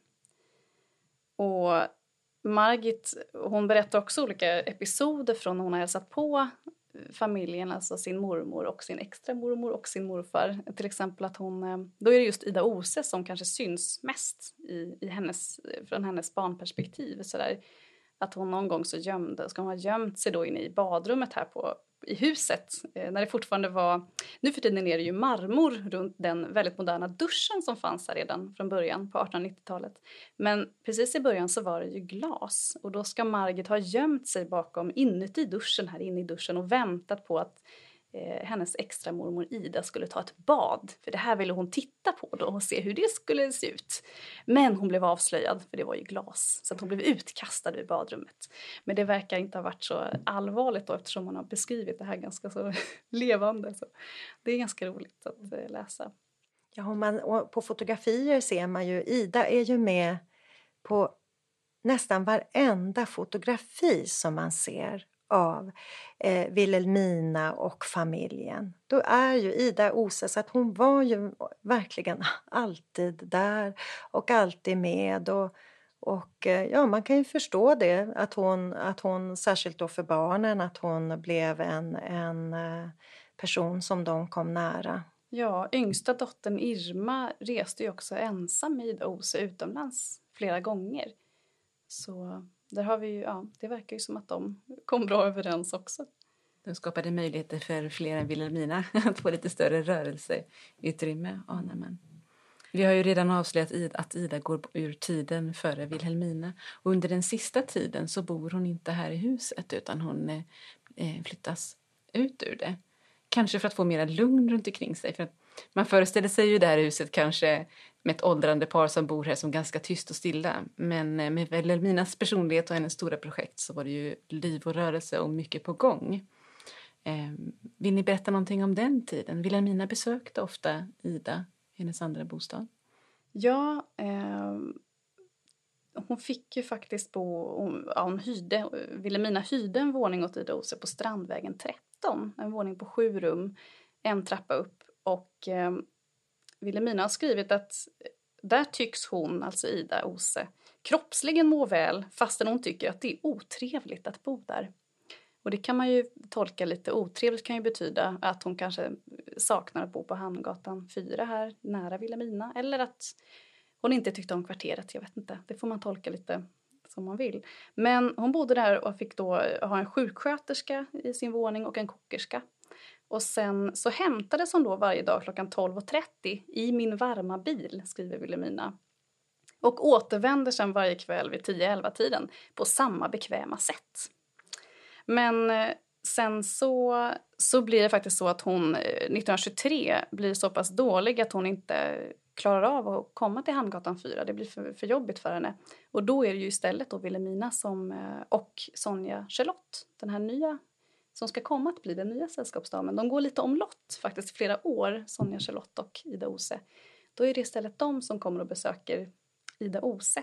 Och Margit, hon berättar också olika episoder från när hon har hälsat på familjen, alltså sin mormor och sin extra mormor och sin morfar. Till exempel att hon, då är det just Ida Ose som kanske syns mest i, i hennes, från hennes barnperspektiv. Så där, att hon någon gång så gömde, ska hon ha gömt sig då inne i badrummet här på, i huset. Eh, när det fortfarande var, nu för tiden är det ju marmor runt den väldigt moderna duschen som fanns här redan från början på artonhundranittiotalet. Men precis i början så var det ju glas. Och då ska Margit ha gömt sig bakom inuti duschen, här inne i duschen, och väntat på att eh, hennes extra mormor Ida skulle ta ett bad. För det här ville hon titta på då och se hur det skulle se ut. Men hon blev avslöjad, för det var ju glas. Så att hon blev utkastad ur badrummet. Men det verkar inte ha varit så allvarligt då, eftersom hon har beskrivit det här ganska så levande. Så det är ganska roligt att eh, läsa. Ja, och man, och på fotografier ser man ju, Ida är ju med på nästan varenda fotografi som man ser av eh, Wilhelmina och familjen. Då är ju Ida Ose, så att hon var ju verkligen alltid där och alltid med. Och, och eh, ja, man kan ju förstå det, att hon, att hon särskilt då för barnen, att hon blev en, en eh, person som de kom nära. Ja, yngsta dottern Irma reste ju också ensam med Ida Ose utomlands flera gånger. Så där har vi ju, ja, det verkar ju som att de kom bra överens också. De skapade möjligheter för fler än Wilhelmina att få lite större rörelseutrymme, anar man. Vi har ju redan avslöjat att Ida går ur tiden före Wilhelmina. Och under den sista tiden så bor hon inte här i huset, utan hon eh, flyttas ut ur det. Kanske för att få mer lugn runt omkring sig. För att man föreställer sig ju det här huset kanske med ett åldrande par som bor här som ganska tyst och stilla. Men med Wilhelminas personlighet och hennes stora projekt så var det ju liv och rörelse och mycket på gång. Eh, vill ni berätta någonting om den tiden? Wilhelmina besökte ofta Ida, hennes andra bostad. Ja, eh, hon fick ju faktiskt bo, hon, ja, hon hyrde, Wilhelmina hyrde en våning åt Ida Ose på Strandvägen tretton. En våning på sju rum, en trappa upp. Och eh, Wilhelmina har skrivit att där tycks hon, alltså Ida Ose, kroppsligen må väl, fastän hon tycker att det är otrevligt att bo där. Och det kan man ju tolka lite. Otrevligt kan ju betyda att hon kanske saknar att bo på Hamngatan fyra här nära Wilhelmina. Eller att hon inte tyckte om kvarteret, jag vet inte. Det får man tolka lite som man vill. Men hon bodde där och fick då ha en sjuksköterska i sin våning och en kokerska. Och sen så hämtades hon då varje dag klockan tolv och trettio i min varma bil, skriver Wilhelmina. Och återvänder sen varje kväll vid tio elva tiden på samma bekväma sätt. Men sen så, så blir det faktiskt så att hon nittonhundratjugotre blir så pass dålig att hon inte klarar av att komma till Hamngatan fyra. Det blir för, för jobbigt för henne. Och då är det ju istället då Wilhelmina som, och Sonja Charlotte, den här nya som ska komma att bli den nya sällskapsdamen. De går lite omlott faktiskt flera år, Sonja Charlotte och Ida Ose. Då är det istället de som kommer och besöker Ida Ose.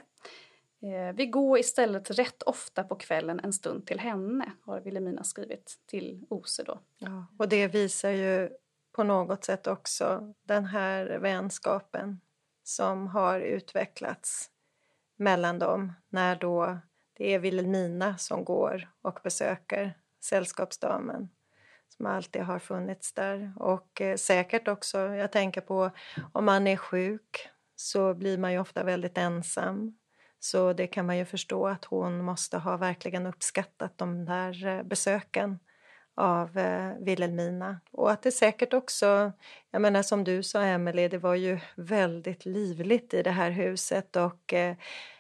Eh, vi går istället rätt ofta på kvällen en stund till henne, har Wilhelmina skrivit till Ose då. Ja, och det visar ju på något sätt också den här vänskapen som har utvecklats mellan dem, när då det är Wilhelmina som går och besöker sällskapsdamen som alltid har funnits där. Och eh, säkert också, jag tänker på om man är sjuk så blir man ju ofta väldigt ensam. Så det kan man ju förstå att hon måste ha verkligen uppskattat de där eh, besöken av eh, Wilhelmina. Och att det säkert också, jag menar som du sa Emelie, det var ju väldigt livligt i det här huset och eh,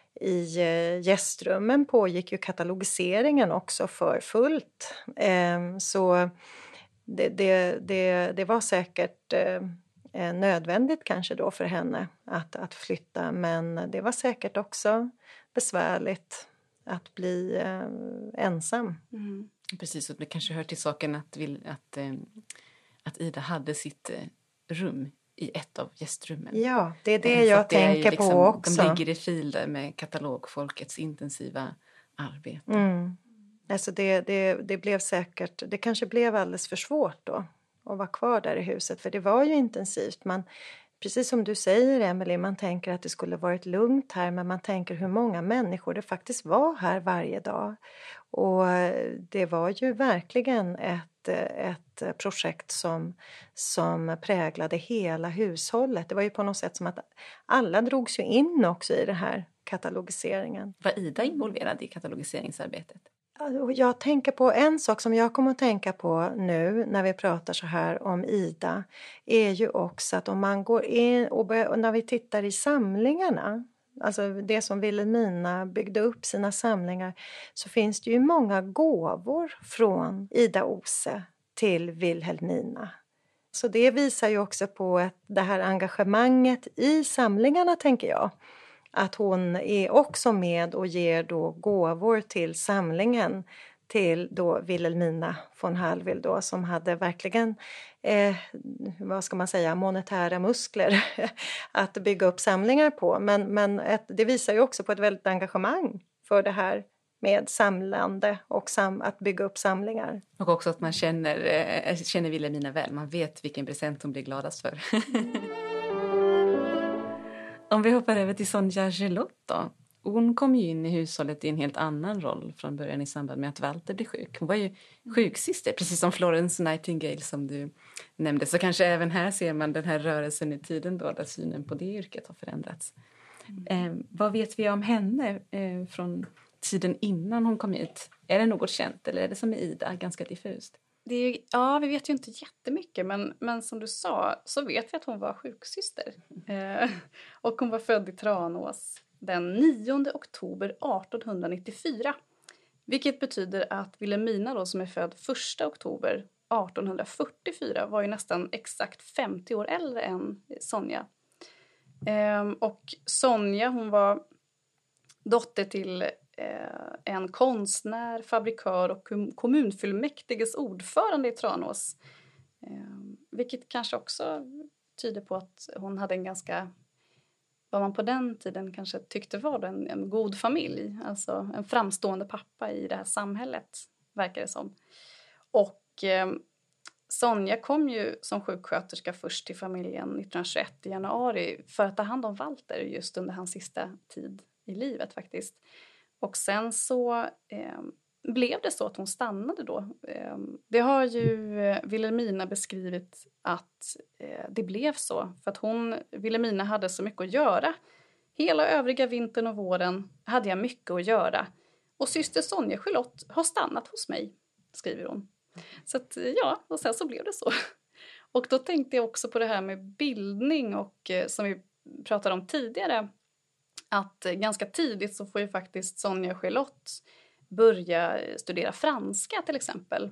i eh, gästrummen pågick ju katalogiseringen också för fullt. Eh, så det, det, det, det var säkert eh, nödvändigt kanske då för henne att, att flytta. Men det var säkert också besvärligt att bli eh, ensam. Mm. Precis, och det kanske hör till saken att, vill, att, eh, att Ida hade sitt eh, rum i ett av gästrummen. Ja, det är det jag det tänker liksom, på också. De ligger i fil där med katalogfolkets intensiva arbete. Mm. Alltså det, det, det blev säkert, det kanske blev alldeles för svårt då att vara kvar där i huset. För det var ju intensivt. Man, precis som du säger Emelie, man tänker att det skulle varit lugnt här. Men man tänker hur många människor det faktiskt var här varje dag. Och det var ju verkligen ett, ett projekt som, som präglade hela hushållet. Det var ju på något sätt som att alla drogs ju in också i den här katalogiseringen. Var Ida involverad i katalogiseringsarbetet? Jag tänker på en sak som jag kommer att tänka på nu när vi pratar så här om Ida. Är ju också att om man går in och, börjar, och när vi tittar i samlingarna. Alltså det som Wilhelmina byggde upp sina samlingar. Så finns det ju många gåvor från Ida Ose till Wilhelmina. Så det visar ju också på ett, det här engagemanget i samlingarna tänker jag. Att hon är också med och ger då gåvor till samlingen till då Wilhelmina von Hallwyl då, som hade verkligen, eh, vad ska man säga, monetära muskler att bygga upp samlingar på. Men, men ett, det visar ju också på ett väldigt engagemang för det här med samlande och sam- att bygga upp samlingar. Och också att man känner, äh, känner Wilhelmina väl. Man vet vilken present hon blir gladast för. Om vi hoppar över till Sonja Gelott då. Hon kom ju in i hushållet i en helt annan roll från början i samband med att Walter blev sjuk. Hon var ju sjuksyster, precis som Florence Nightingale som du nämnde. Så kanske även här ser man den här rörelsen i tiden då, där synen på det yrket har förändrats. Mm. Eh, vad vet vi om henne eh, från tiden innan hon kom hit? Är det något känt eller är det som med Ida, ganska diffust? Det är ju, ja, vi vet ju inte jättemycket, men, men som du sa så vet vi att hon var sjuksyster. Eh, och hon var född i Tranås den nionde oktober artonhundranittiofyra. Vilket betyder att Wilhelmina då, som är född första oktober artonhundrafyrtiofyra, var ju nästan exakt femtio år äldre än Sonja. Eh, och Sonja, hon var dotter till eh, en konstnär, fabrikör och kommunfullmäktiges ordförande i Tranås. Eh, vilket kanske också tyder på att hon hade en ganska, vad man på den tiden kanske tyckte var en, en god familj. Alltså en framstående pappa i det här samhället, verkar det som. Och eh, Sonja kom ju som sjuksköterska först till familjen nittonhundratjugoett i januari för att ta hand om Walter just under hans sista tid i livet faktiskt. Och sen så eh, blev det så att hon stannade då. Eh, det har ju eh, Wilhelmina beskrivit att eh, det blev så. För att hon, Wilhelmina hade så mycket att göra. Hela övriga vintern och våren hade jag mycket att göra. Och syster Sonja Gelott har stannat hos mig, skriver hon. Så att, ja, och sen så blev det så. Och då tänkte jag också på det här med bildning och eh, som vi pratade om tidigare. Att ganska tidigt så får ju faktiskt Sonja Gelott börja studera franska till exempel.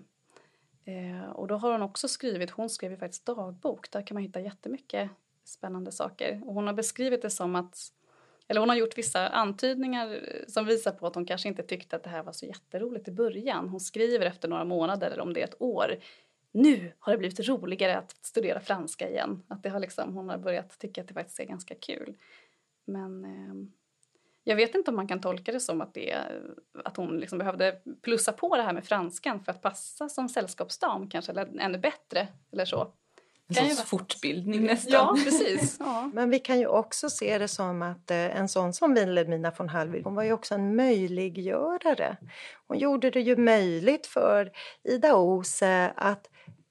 Eh, och då har hon också skrivit, hon skrev ju faktiskt dagbok. Där kan man hitta jättemycket spännande saker. Och hon har beskrivit det som att, eller hon har gjort vissa antydningar som visar på att hon kanske inte tyckte att det här var så jätteroligt i början. Hon skriver efter några månader eller om det är ett år. Nu har det blivit roligare att studera franska igen. Att det har liksom, hon har börjat tycka att det faktiskt är ganska kul. Men eh, jag vet inte om man kan tolka det som att, det, att hon liksom behövde plussa på det här med franskan för att passa som sällskapsdam kanske, eller ännu bättre eller så. En sorts fortbildning nästan. Ja, precis. Ja. Men vi kan ju också se det som att eh, en sån som Wilhelmina von Hallwyl, hon var ju också en möjliggörare. Hon gjorde det ju möjligt för Ida Ose att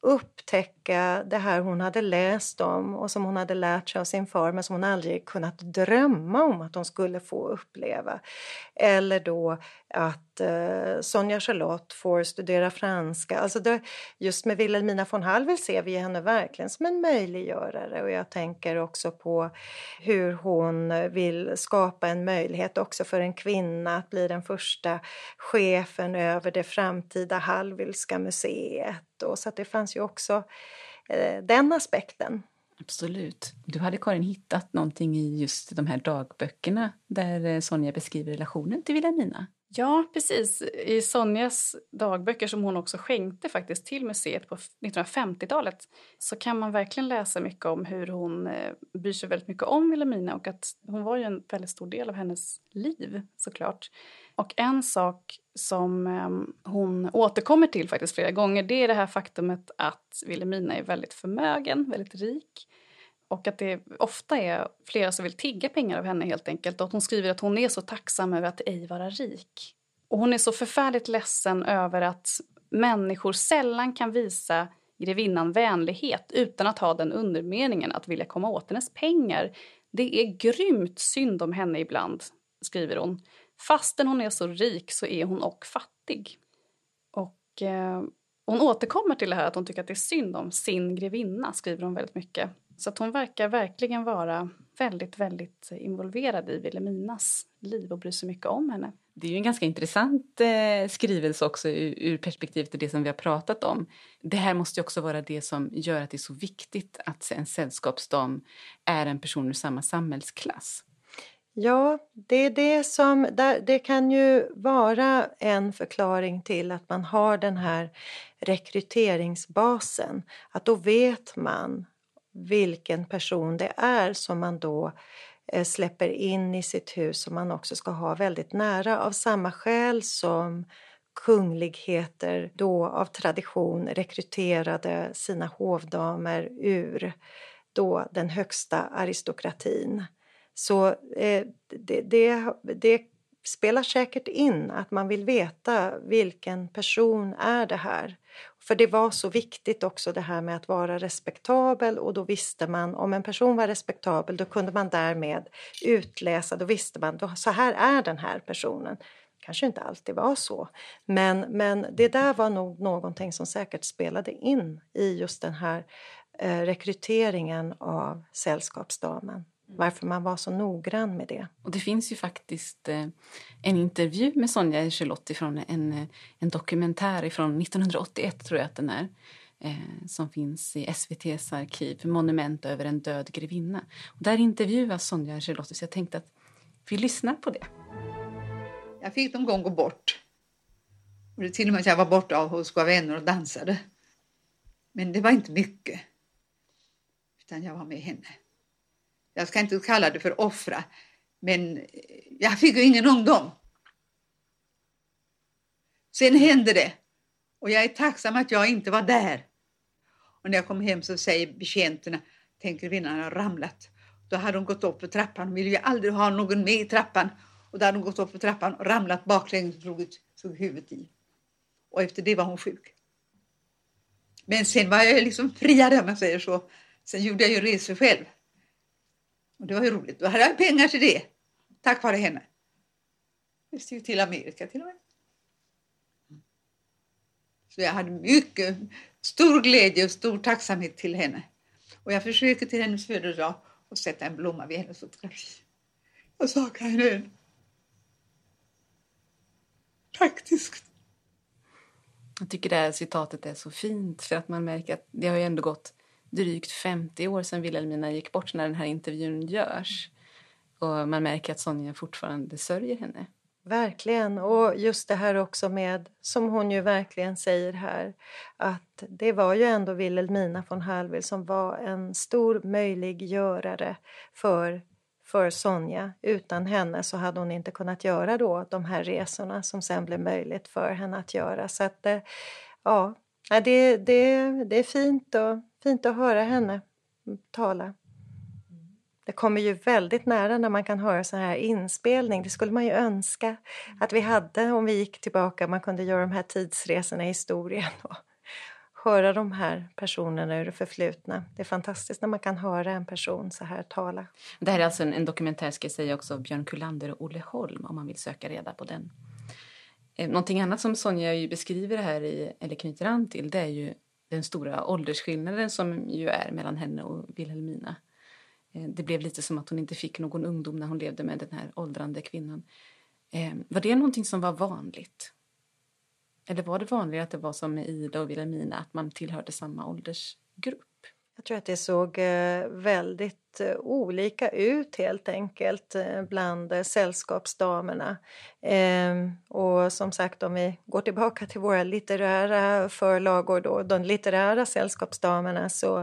upptäcka det här hon hade läst om och som hon hade lärt sig av sin far men som hon aldrig kunnat drömma om att hon skulle få uppleva. Eller då att eh, Sonja Gelott får studera franska. Alltså det, just med Wilhelmina von Hallwyl ser vi henne verkligen som en möjliggörare och jag tänker också på hur hon vill skapa en möjlighet också för en kvinna att bli den första chefen över det framtida Hallwylska museet. Och så att det fanns ju också eh, den aspekten. Absolut. Du hade, Karin, hittat någonting i just de här dagböckerna där Sonja beskriver relationen till Wilhelmina. Ja, precis. I Sonjas dagböcker som hon också skänkte faktiskt till museet på nittonhundrafemtiotalet så kan man verkligen läsa mycket om hur hon eh, bryr sig väldigt mycket om Wilhelmina och att hon var ju en väldigt stor del av hennes liv såklart. Och en sak som eh, hon återkommer till faktiskt flera gånger, det är det här faktumet att Wilhelmina är väldigt förmögen, väldigt rik. Och att det ofta är flera som vill tigga pengar av henne helt enkelt. Och att hon skriver att hon är så tacksam över att ej vara rik. Och hon är så förfärligt ledsen över att människor sällan kan visa grevinnan vänlighet utan att ha den undermeningen att vilja komma åt hennes pengar. Det är grymt synd om henne ibland, skriver hon. Fastän hon är så rik så är hon och fattig. Och eh, hon återkommer till det här att hon tycker att det är synd om sin grevinna, skriver hon väldigt mycket. Så att hon verkar verkligen vara väldigt, väldigt involverad i Wilhelminas liv och bryr sig mycket om henne. Det är ju en ganska intressant eh, skrivelse också ur, ur perspektivet till det som vi har pratat om. Det här måste ju också vara det som gör att det är så viktigt att en sällskapsdam är en person ur samma samhällsklass. Ja, det är det som, det kan ju vara en förklaring till att man har den här rekryteringsbasen. Att då vet man vilken person det är som man då eh, släpper in i sitt hus som man också ska ha väldigt nära av samma skäl som kungligheter då av tradition rekryterade sina hovdamer ur då den högsta aristokratin. Så eh, det, det, det spelar säkert in att man vill veta vilken person är det här. För det var så viktigt också det här med att vara respektabel, och då visste man om en person var respektabel, då kunde man därmed utläsa, då visste man då, så här är den här personen. Kanske inte alltid var så, men, men det där var nog någonting som säkert spelade in i just den här eh, rekryteringen av sällskapsdamen. Varför man var så noggrann med det. Och det finns ju faktiskt eh, en intervju med Sonja Echelot från en, en dokumentär från nittonhundraåttioett, tror jag att den är. Eh, som finns i S V T:s arkiv, Monument över en död grevinna. Och där intervjuas Sonja Echelot, så jag tänkte att vi lyssnar på det. Jag fick någon gång gå bort. Och det till och med att jag var borta hos våra vänner och dansade. Men det var inte mycket. Utan jag var med henne. Jag ska inte kalla det för offra. Men jag fick ju ingen ungdom. Sen hände det. Och jag är tacksam att jag inte var där. Och när jag kom hem så säger betjänterna, tänker kvinnan har ramlat. Då hade hon gått upp för trappan. Hon ville ju aldrig ha någon med i trappan. Och då hade hon gått upp för trappan och ramlat baklänges och drog, drog huvudet i. Och efter det var hon sjuk. Men sen var jag liksom friare, om man säger så. Sen gjorde jag ju resor själv. Och det var ju roligt. Då hade jag pengar till det. Tack vare henne. Jag stod till Amerika till och med. Så jag hade mycket stor glädje och stor tacksamhet till henne. Och jag försöker till hennes födelsedag och sätta en blomma vid hennes fotografi. Jag saknar henne. Faktiskt. Jag tycker det här citatet är så fint, för att man märker att det har ju ändå gått drygt femtio år sedan Wilhelmina gick bort när den här intervjun görs. Och man märker att Sonja fortfarande sörjer henne. Verkligen, och just det här också med, som hon ju verkligen säger här, att det var ju ändå Wilhelmina von Hallwyl som var en stor möjliggörare för, för Sonja. Utan henne så hade hon inte kunnat göra då de här resorna som sen blev möjligt för henne att göra. Så att ja, det, det, det är fint, och, fint att höra henne tala. Det kommer ju väldigt nära när man kan höra så här inspelning. Det skulle man ju önska att vi hade om vi gick tillbaka. Man kunde göra de här tidsresorna i historien och höra de här personerna ur det förflutna. Det är fantastiskt när man kan höra en person så här tala. Det här är alltså en, en dokumentär, ska jag säga också, av Björn Kullander och Olle Holm, om man vill söka reda på den. Eh, någonting annat som Sonja ju beskriver här i, eller knyter an till, det är ju den stora åldersskillnaden som ju är mellan henne och Wilhelmina. Det blev lite som att hon inte fick någon ungdom när hon levde med den här åldrande kvinnan. Eh, var det någonting som var vanligt? Eller var det vanligt att det var som med Ida och Wilhelmina, att man tillhörde samma åldersgrupp? Jag tror att det såg väldigt olika ut helt enkelt bland sällskapsdamerna. Och som sagt, om vi går tillbaka till våra litterära förlagor då, de litterära sällskapsdamerna, så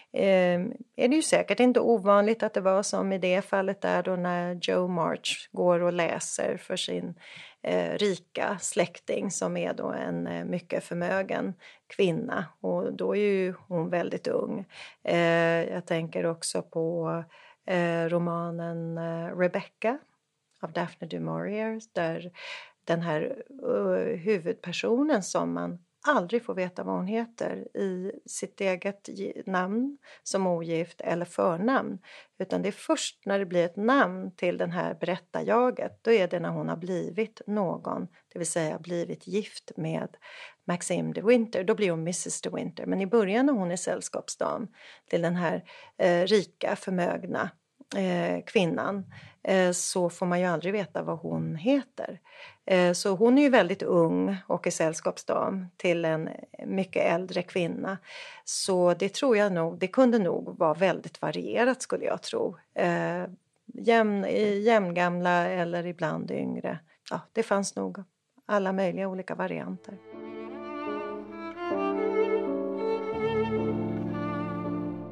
är det ju säkert inte ovanligt att det var som i det fallet där då när Jo March går och läser för sin eh, rika släkting som är då en eh, mycket förmögen kvinna, och då är ju hon väldigt ung. Eh, jag tänker också på eh, romanen eh, Rebecca av Daphne du Maurier, där den här uh, huvudpersonen som man aldrig får veta vad hon heter i sitt eget namn som ogift eller förnamn. Utan det är först när det blir ett namn till den här berättarjaget, då är det när hon har blivit någon, det vill säga blivit gift med Maxime de Winter. Då blir hon missus de Winter. Men i början när hon är sällskapsdam till den här eh, rika, förmögna eh, kvinnan, eh, så får man ju aldrig veta vad hon heter. Så hon är ju väldigt ung och är sällskapsdam till en mycket äldre kvinna. Så det tror jag nog, det kunde nog vara väldigt varierat skulle jag tro. Eh, jämn, jämngamla eller ibland yngre. Ja, det fanns nog alla möjliga olika varianter. Det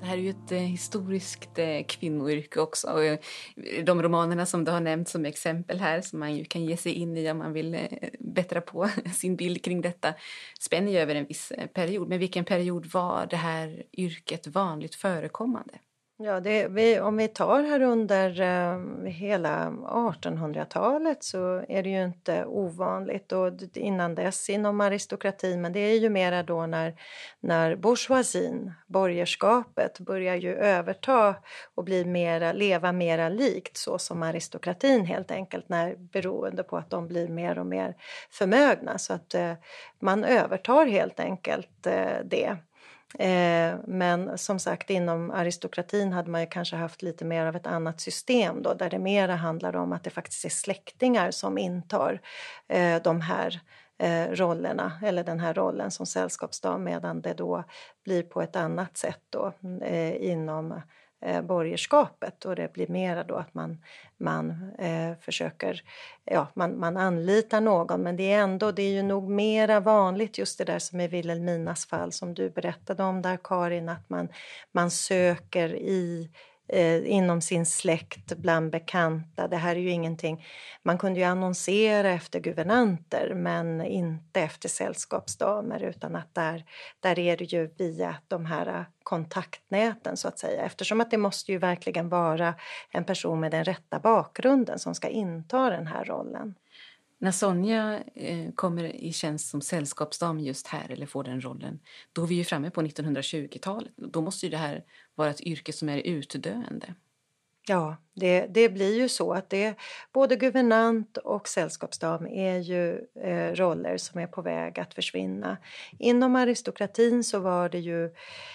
här är ju ett eh, historiskt eh, kvinnoyrke också. Och, eh, de romanerna som du har nämnt som exempel här, som man ju kan ge sig in i om man vill eh, bättra på sin bild kring detta, spänner ju över en viss eh, period. Men vilken period var det här yrket vanligt förekommande? Ja, det, vi, om vi tar här under eh, hela artonhundratalet så är det ju inte ovanligt, och innan dess inom aristokratin, men det är ju mera då när, när bourgeoisien, borgerskapet, börjar ju överta och bli mera, leva mera likt så som aristokratin helt enkelt, när, beroende på att de blir mer och mer förmögna, så att eh, man övertar helt enkelt eh, det. Eh, men som sagt, inom aristokratin hade man ju kanske haft lite mer av ett annat system då, där det mera handlar om att det faktiskt är släktingar som intar eh, de här eh, rollerna, eller den här rollen som sällskapsdam, medan det då blir på ett annat sätt då eh, inom eh, borgerskapet, och det blir mera då att man, man eh, försöker, ja, man, man anlitar någon, men det är ändå, det är ju nog mera vanligt just det där som i Wilhelminas fall som du berättade om där, Karin, att man, man söker i Eh, inom sin släkt, bland bekanta. Det här är ju ingenting, man kunde ju annonsera efter guvernanter men inte efter sällskapsdamer, utan att där, där är det ju via de här kontaktnäten så att säga, eftersom att det måste ju verkligen vara en person med den rätta bakgrunden som ska inta den här rollen. När Sonja eh, kommer i tjänst som sällskapsdam just här, eller får den rollen, då är vi ju framme på nittonhundratjugotalet. Då måste ju det här vara ett yrke som är utdöende. Ja, det, det blir ju så att det, både guvernant och sällskapsdam är ju eh, roller som är på väg att försvinna. Inom aristokratin så var det ju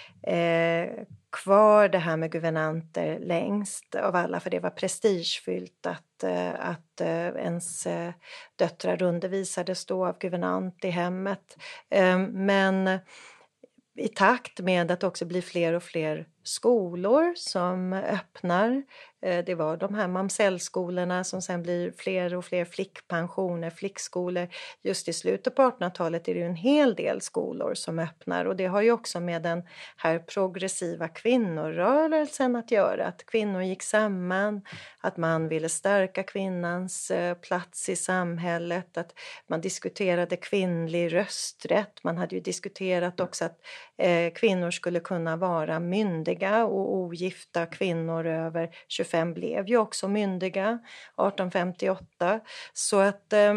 eh, kvar det här med guvernanter längst av alla, för det var prestigefyllt att, eh, att eh, ens eh, döttrar undervisades då av guvernant i hemmet. Eh, men i takt med att det också blir fler och fler skolor som öppnar, det var de här mamsellskolorna som sen blir fler och fler flickpensioner, flickskolor. Just i slutet på artonhundratalet är det ju en hel del skolor som öppnar, och det har ju också med den här progressiva kvinnorörelsen att göra. Att kvinnor gick samman, att man ville stärka kvinnans plats i samhället, att man diskuterade kvinnlig rösträtt. Man hade ju diskuterat också att eh, kvinnor skulle kunna vara myndiga, och ogifta kvinnor över tjugofem blev ju också myndiga arton femtioåtta. Så att eh,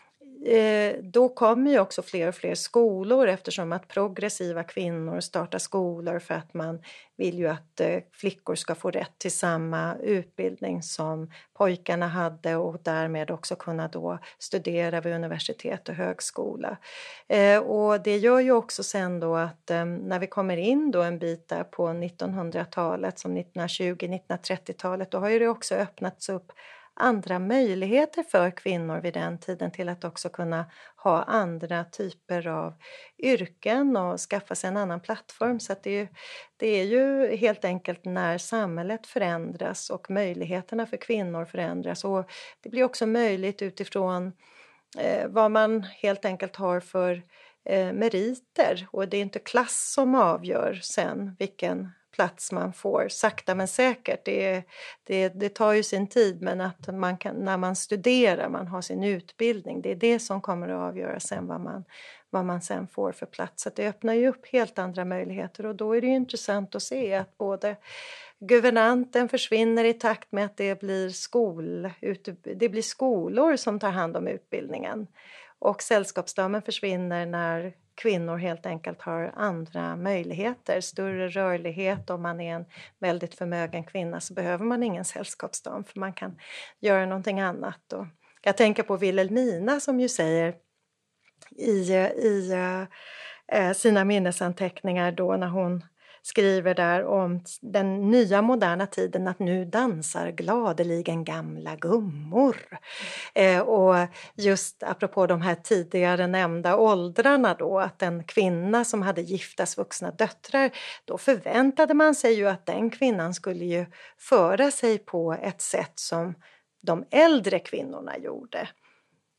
då kommer ju också fler och fler skolor, eftersom att progressiva kvinnor startar skolor för att man vill ju att eh, flickor ska få rätt till samma utbildning som pojkarna hade, och därmed också kunna då studera vid universitet och högskola. Eh, och det gör ju också sen då att eh, när vi kommer in då en bit där på nittonhundratalet, som nittonhundratjugo nittonhundratrettiotalet, då har ju det också öppnats upp andra möjligheter för kvinnor vid den tiden till att också kunna ha andra typer av yrken och skaffa sig en annan plattform. Så att det, är ju, det är ju helt enkelt när samhället förändras och möjligheterna för kvinnor förändras, och det blir också möjligt utifrån eh, vad man helt enkelt har för eh, meriter, och det är inte klass som avgör sen vilken plats man får, sakta men säkert. Det, det, det tar ju sin tid, men att man kan, när man studerar, man har sin utbildning, det är det som kommer att avgöra sen vad man, vad man sen får för plats. Så det öppnar ju upp helt andra möjligheter, och då är det ju intressant att se att både guvernanten försvinner i takt med att det blir, skol, det blir skolor som tar hand om utbildningen, och sällskapsdamen försvinner när kvinnor helt enkelt har andra möjligheter, större rörlighet. Om man är en väldigt förmögen kvinna så behöver man ingen sällskapsdam, för man kan göra någonting annat. Och jag tänker på Wilhelmina som ju säger i, i uh, sina minnesanteckningar då, när hon skriver där om den nya moderna tiden, att nu dansar gladeligen gamla gummor. Eh, och just apropå de här tidigare nämnda åldrarna då, att en kvinna som hade giftas vuxna döttrar, då förväntade man sig ju att den kvinnan skulle ju föra sig på ett sätt som de äldre kvinnorna gjorde.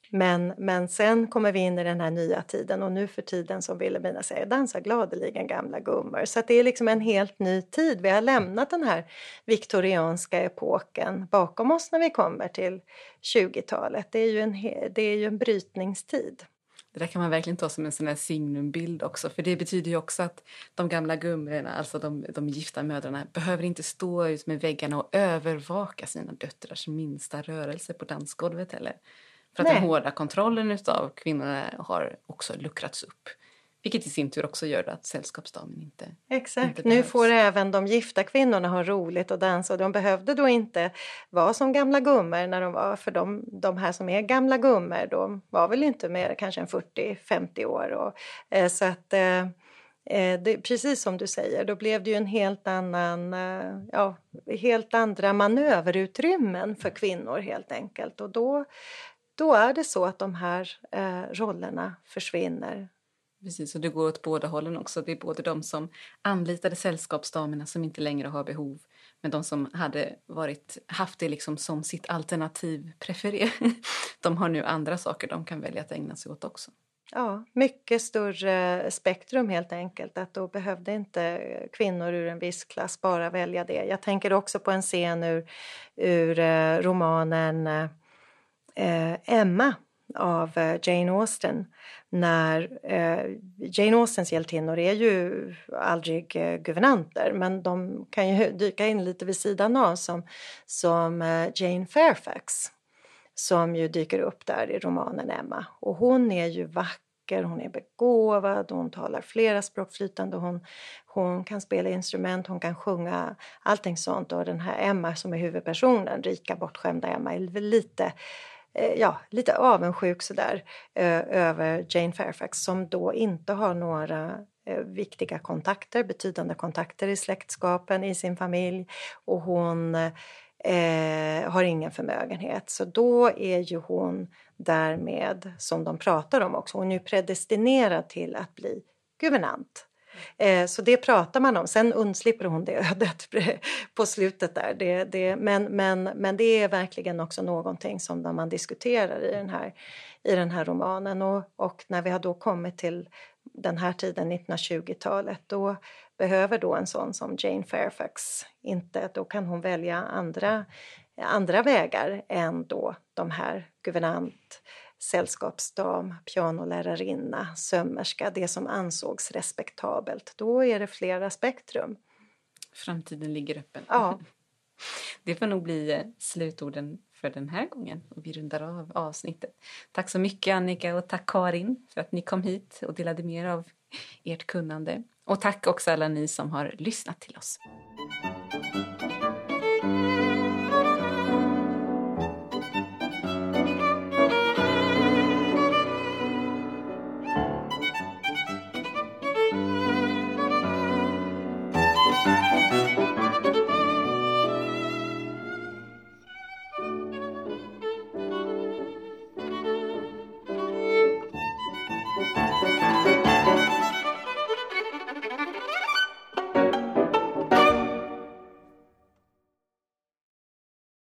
Men, men sen kommer vi in i den här nya tiden och nu för tiden som Wilhelmina säger, dansa gladeligen gamla gummor. Så att det är liksom en helt ny tid. Vi har lämnat den här viktorianska epoken bakom oss när vi kommer till tjugotalet. Det är ju en, det är ju en brytningstid. Det där kan man verkligen ta som en sån här signumbild också. För det betyder ju också att de gamla gummorna, alltså de, de gifta mödrarna, behöver inte stå ut med väggarna och övervaka sina döttrars minsta rörelse på dansgolvet heller. För att Nej. Den hårda kontrollen av kvinnorna har också luckrats upp. Vilket i sin tur också gör att sällskapsdamen inte Exakt, inte nu får även de gifta kvinnorna ha roligt och dansa. Och de behövde då inte vara som gamla gummor när de var. För de, de här som är gamla gummor, de var väl inte mer kanske än fyrtio femtio år. Och, eh, så att, eh, det, precis som du säger, då blev det ju en helt annan, eh, ja, helt andra manöverutrymmen för kvinnor helt enkelt. Och då, då är det så att de här eh, rollerna försvinner. Precis, och det går åt båda hållen också. Det är både de som anlitade sällskapsdamerna som inte längre har behov, men de som hade varit, haft det liksom som sitt alternativ preferer. De har nu andra saker de kan välja att ägna sig åt också. Ja, mycket större spektrum helt enkelt. Att då behövde inte kvinnor ur en viss klass bara välja det. Jag tänker också på en scen ur, ur eh, romanen eh, Emma av Jane Austen, när eh, Jane Austens hjältinnor är ju aldrig eh, guvernanter, men de kan ju dyka in lite vid sidan av som, som eh, Jane Fairfax, som ju dyker upp där i romanen Emma. Och hon är ju vacker, hon är begåvad, hon talar flera språk flytande, hon, hon kan spela instrument, hon kan sjunga, allting sånt. Och den här Emma som är huvudpersonen, rika bortskämda Emma, är lite ja, lite avundsjuk sådär över Jane Fairfax som då inte har några viktiga kontakter, betydande kontakter i släktskapen, i sin familj, och hon eh, har ingen förmögenhet. Så då är ju hon därmed, som de pratar om också, hon är ju predestinerad till att bli guvernant. Eh, så det pratar man om. Sen undslipper hon det ödet på slutet där. Det, det, men, men, men det är verkligen också någonting som man diskuterar i den här, i den här romanen. Och, och när vi har då kommit till den här tiden, nittonhundratjugotalet, då behöver då en sån som Jane Fairfax inte, då kan hon välja andra, andra vägar än då de här guvernant, sällskapsdam, pianolärarinna, sömmerska, det som ansågs respektabelt. Då är det flera spektrum. Framtiden ligger öppen. Ja. Det får nog bli slutorden för den här gången och vi rundar av avsnittet. Tack så mycket Annika och tack Karin för att ni kom hit och delade mer av ert kunnande. Och tack också alla ni som har lyssnat till oss.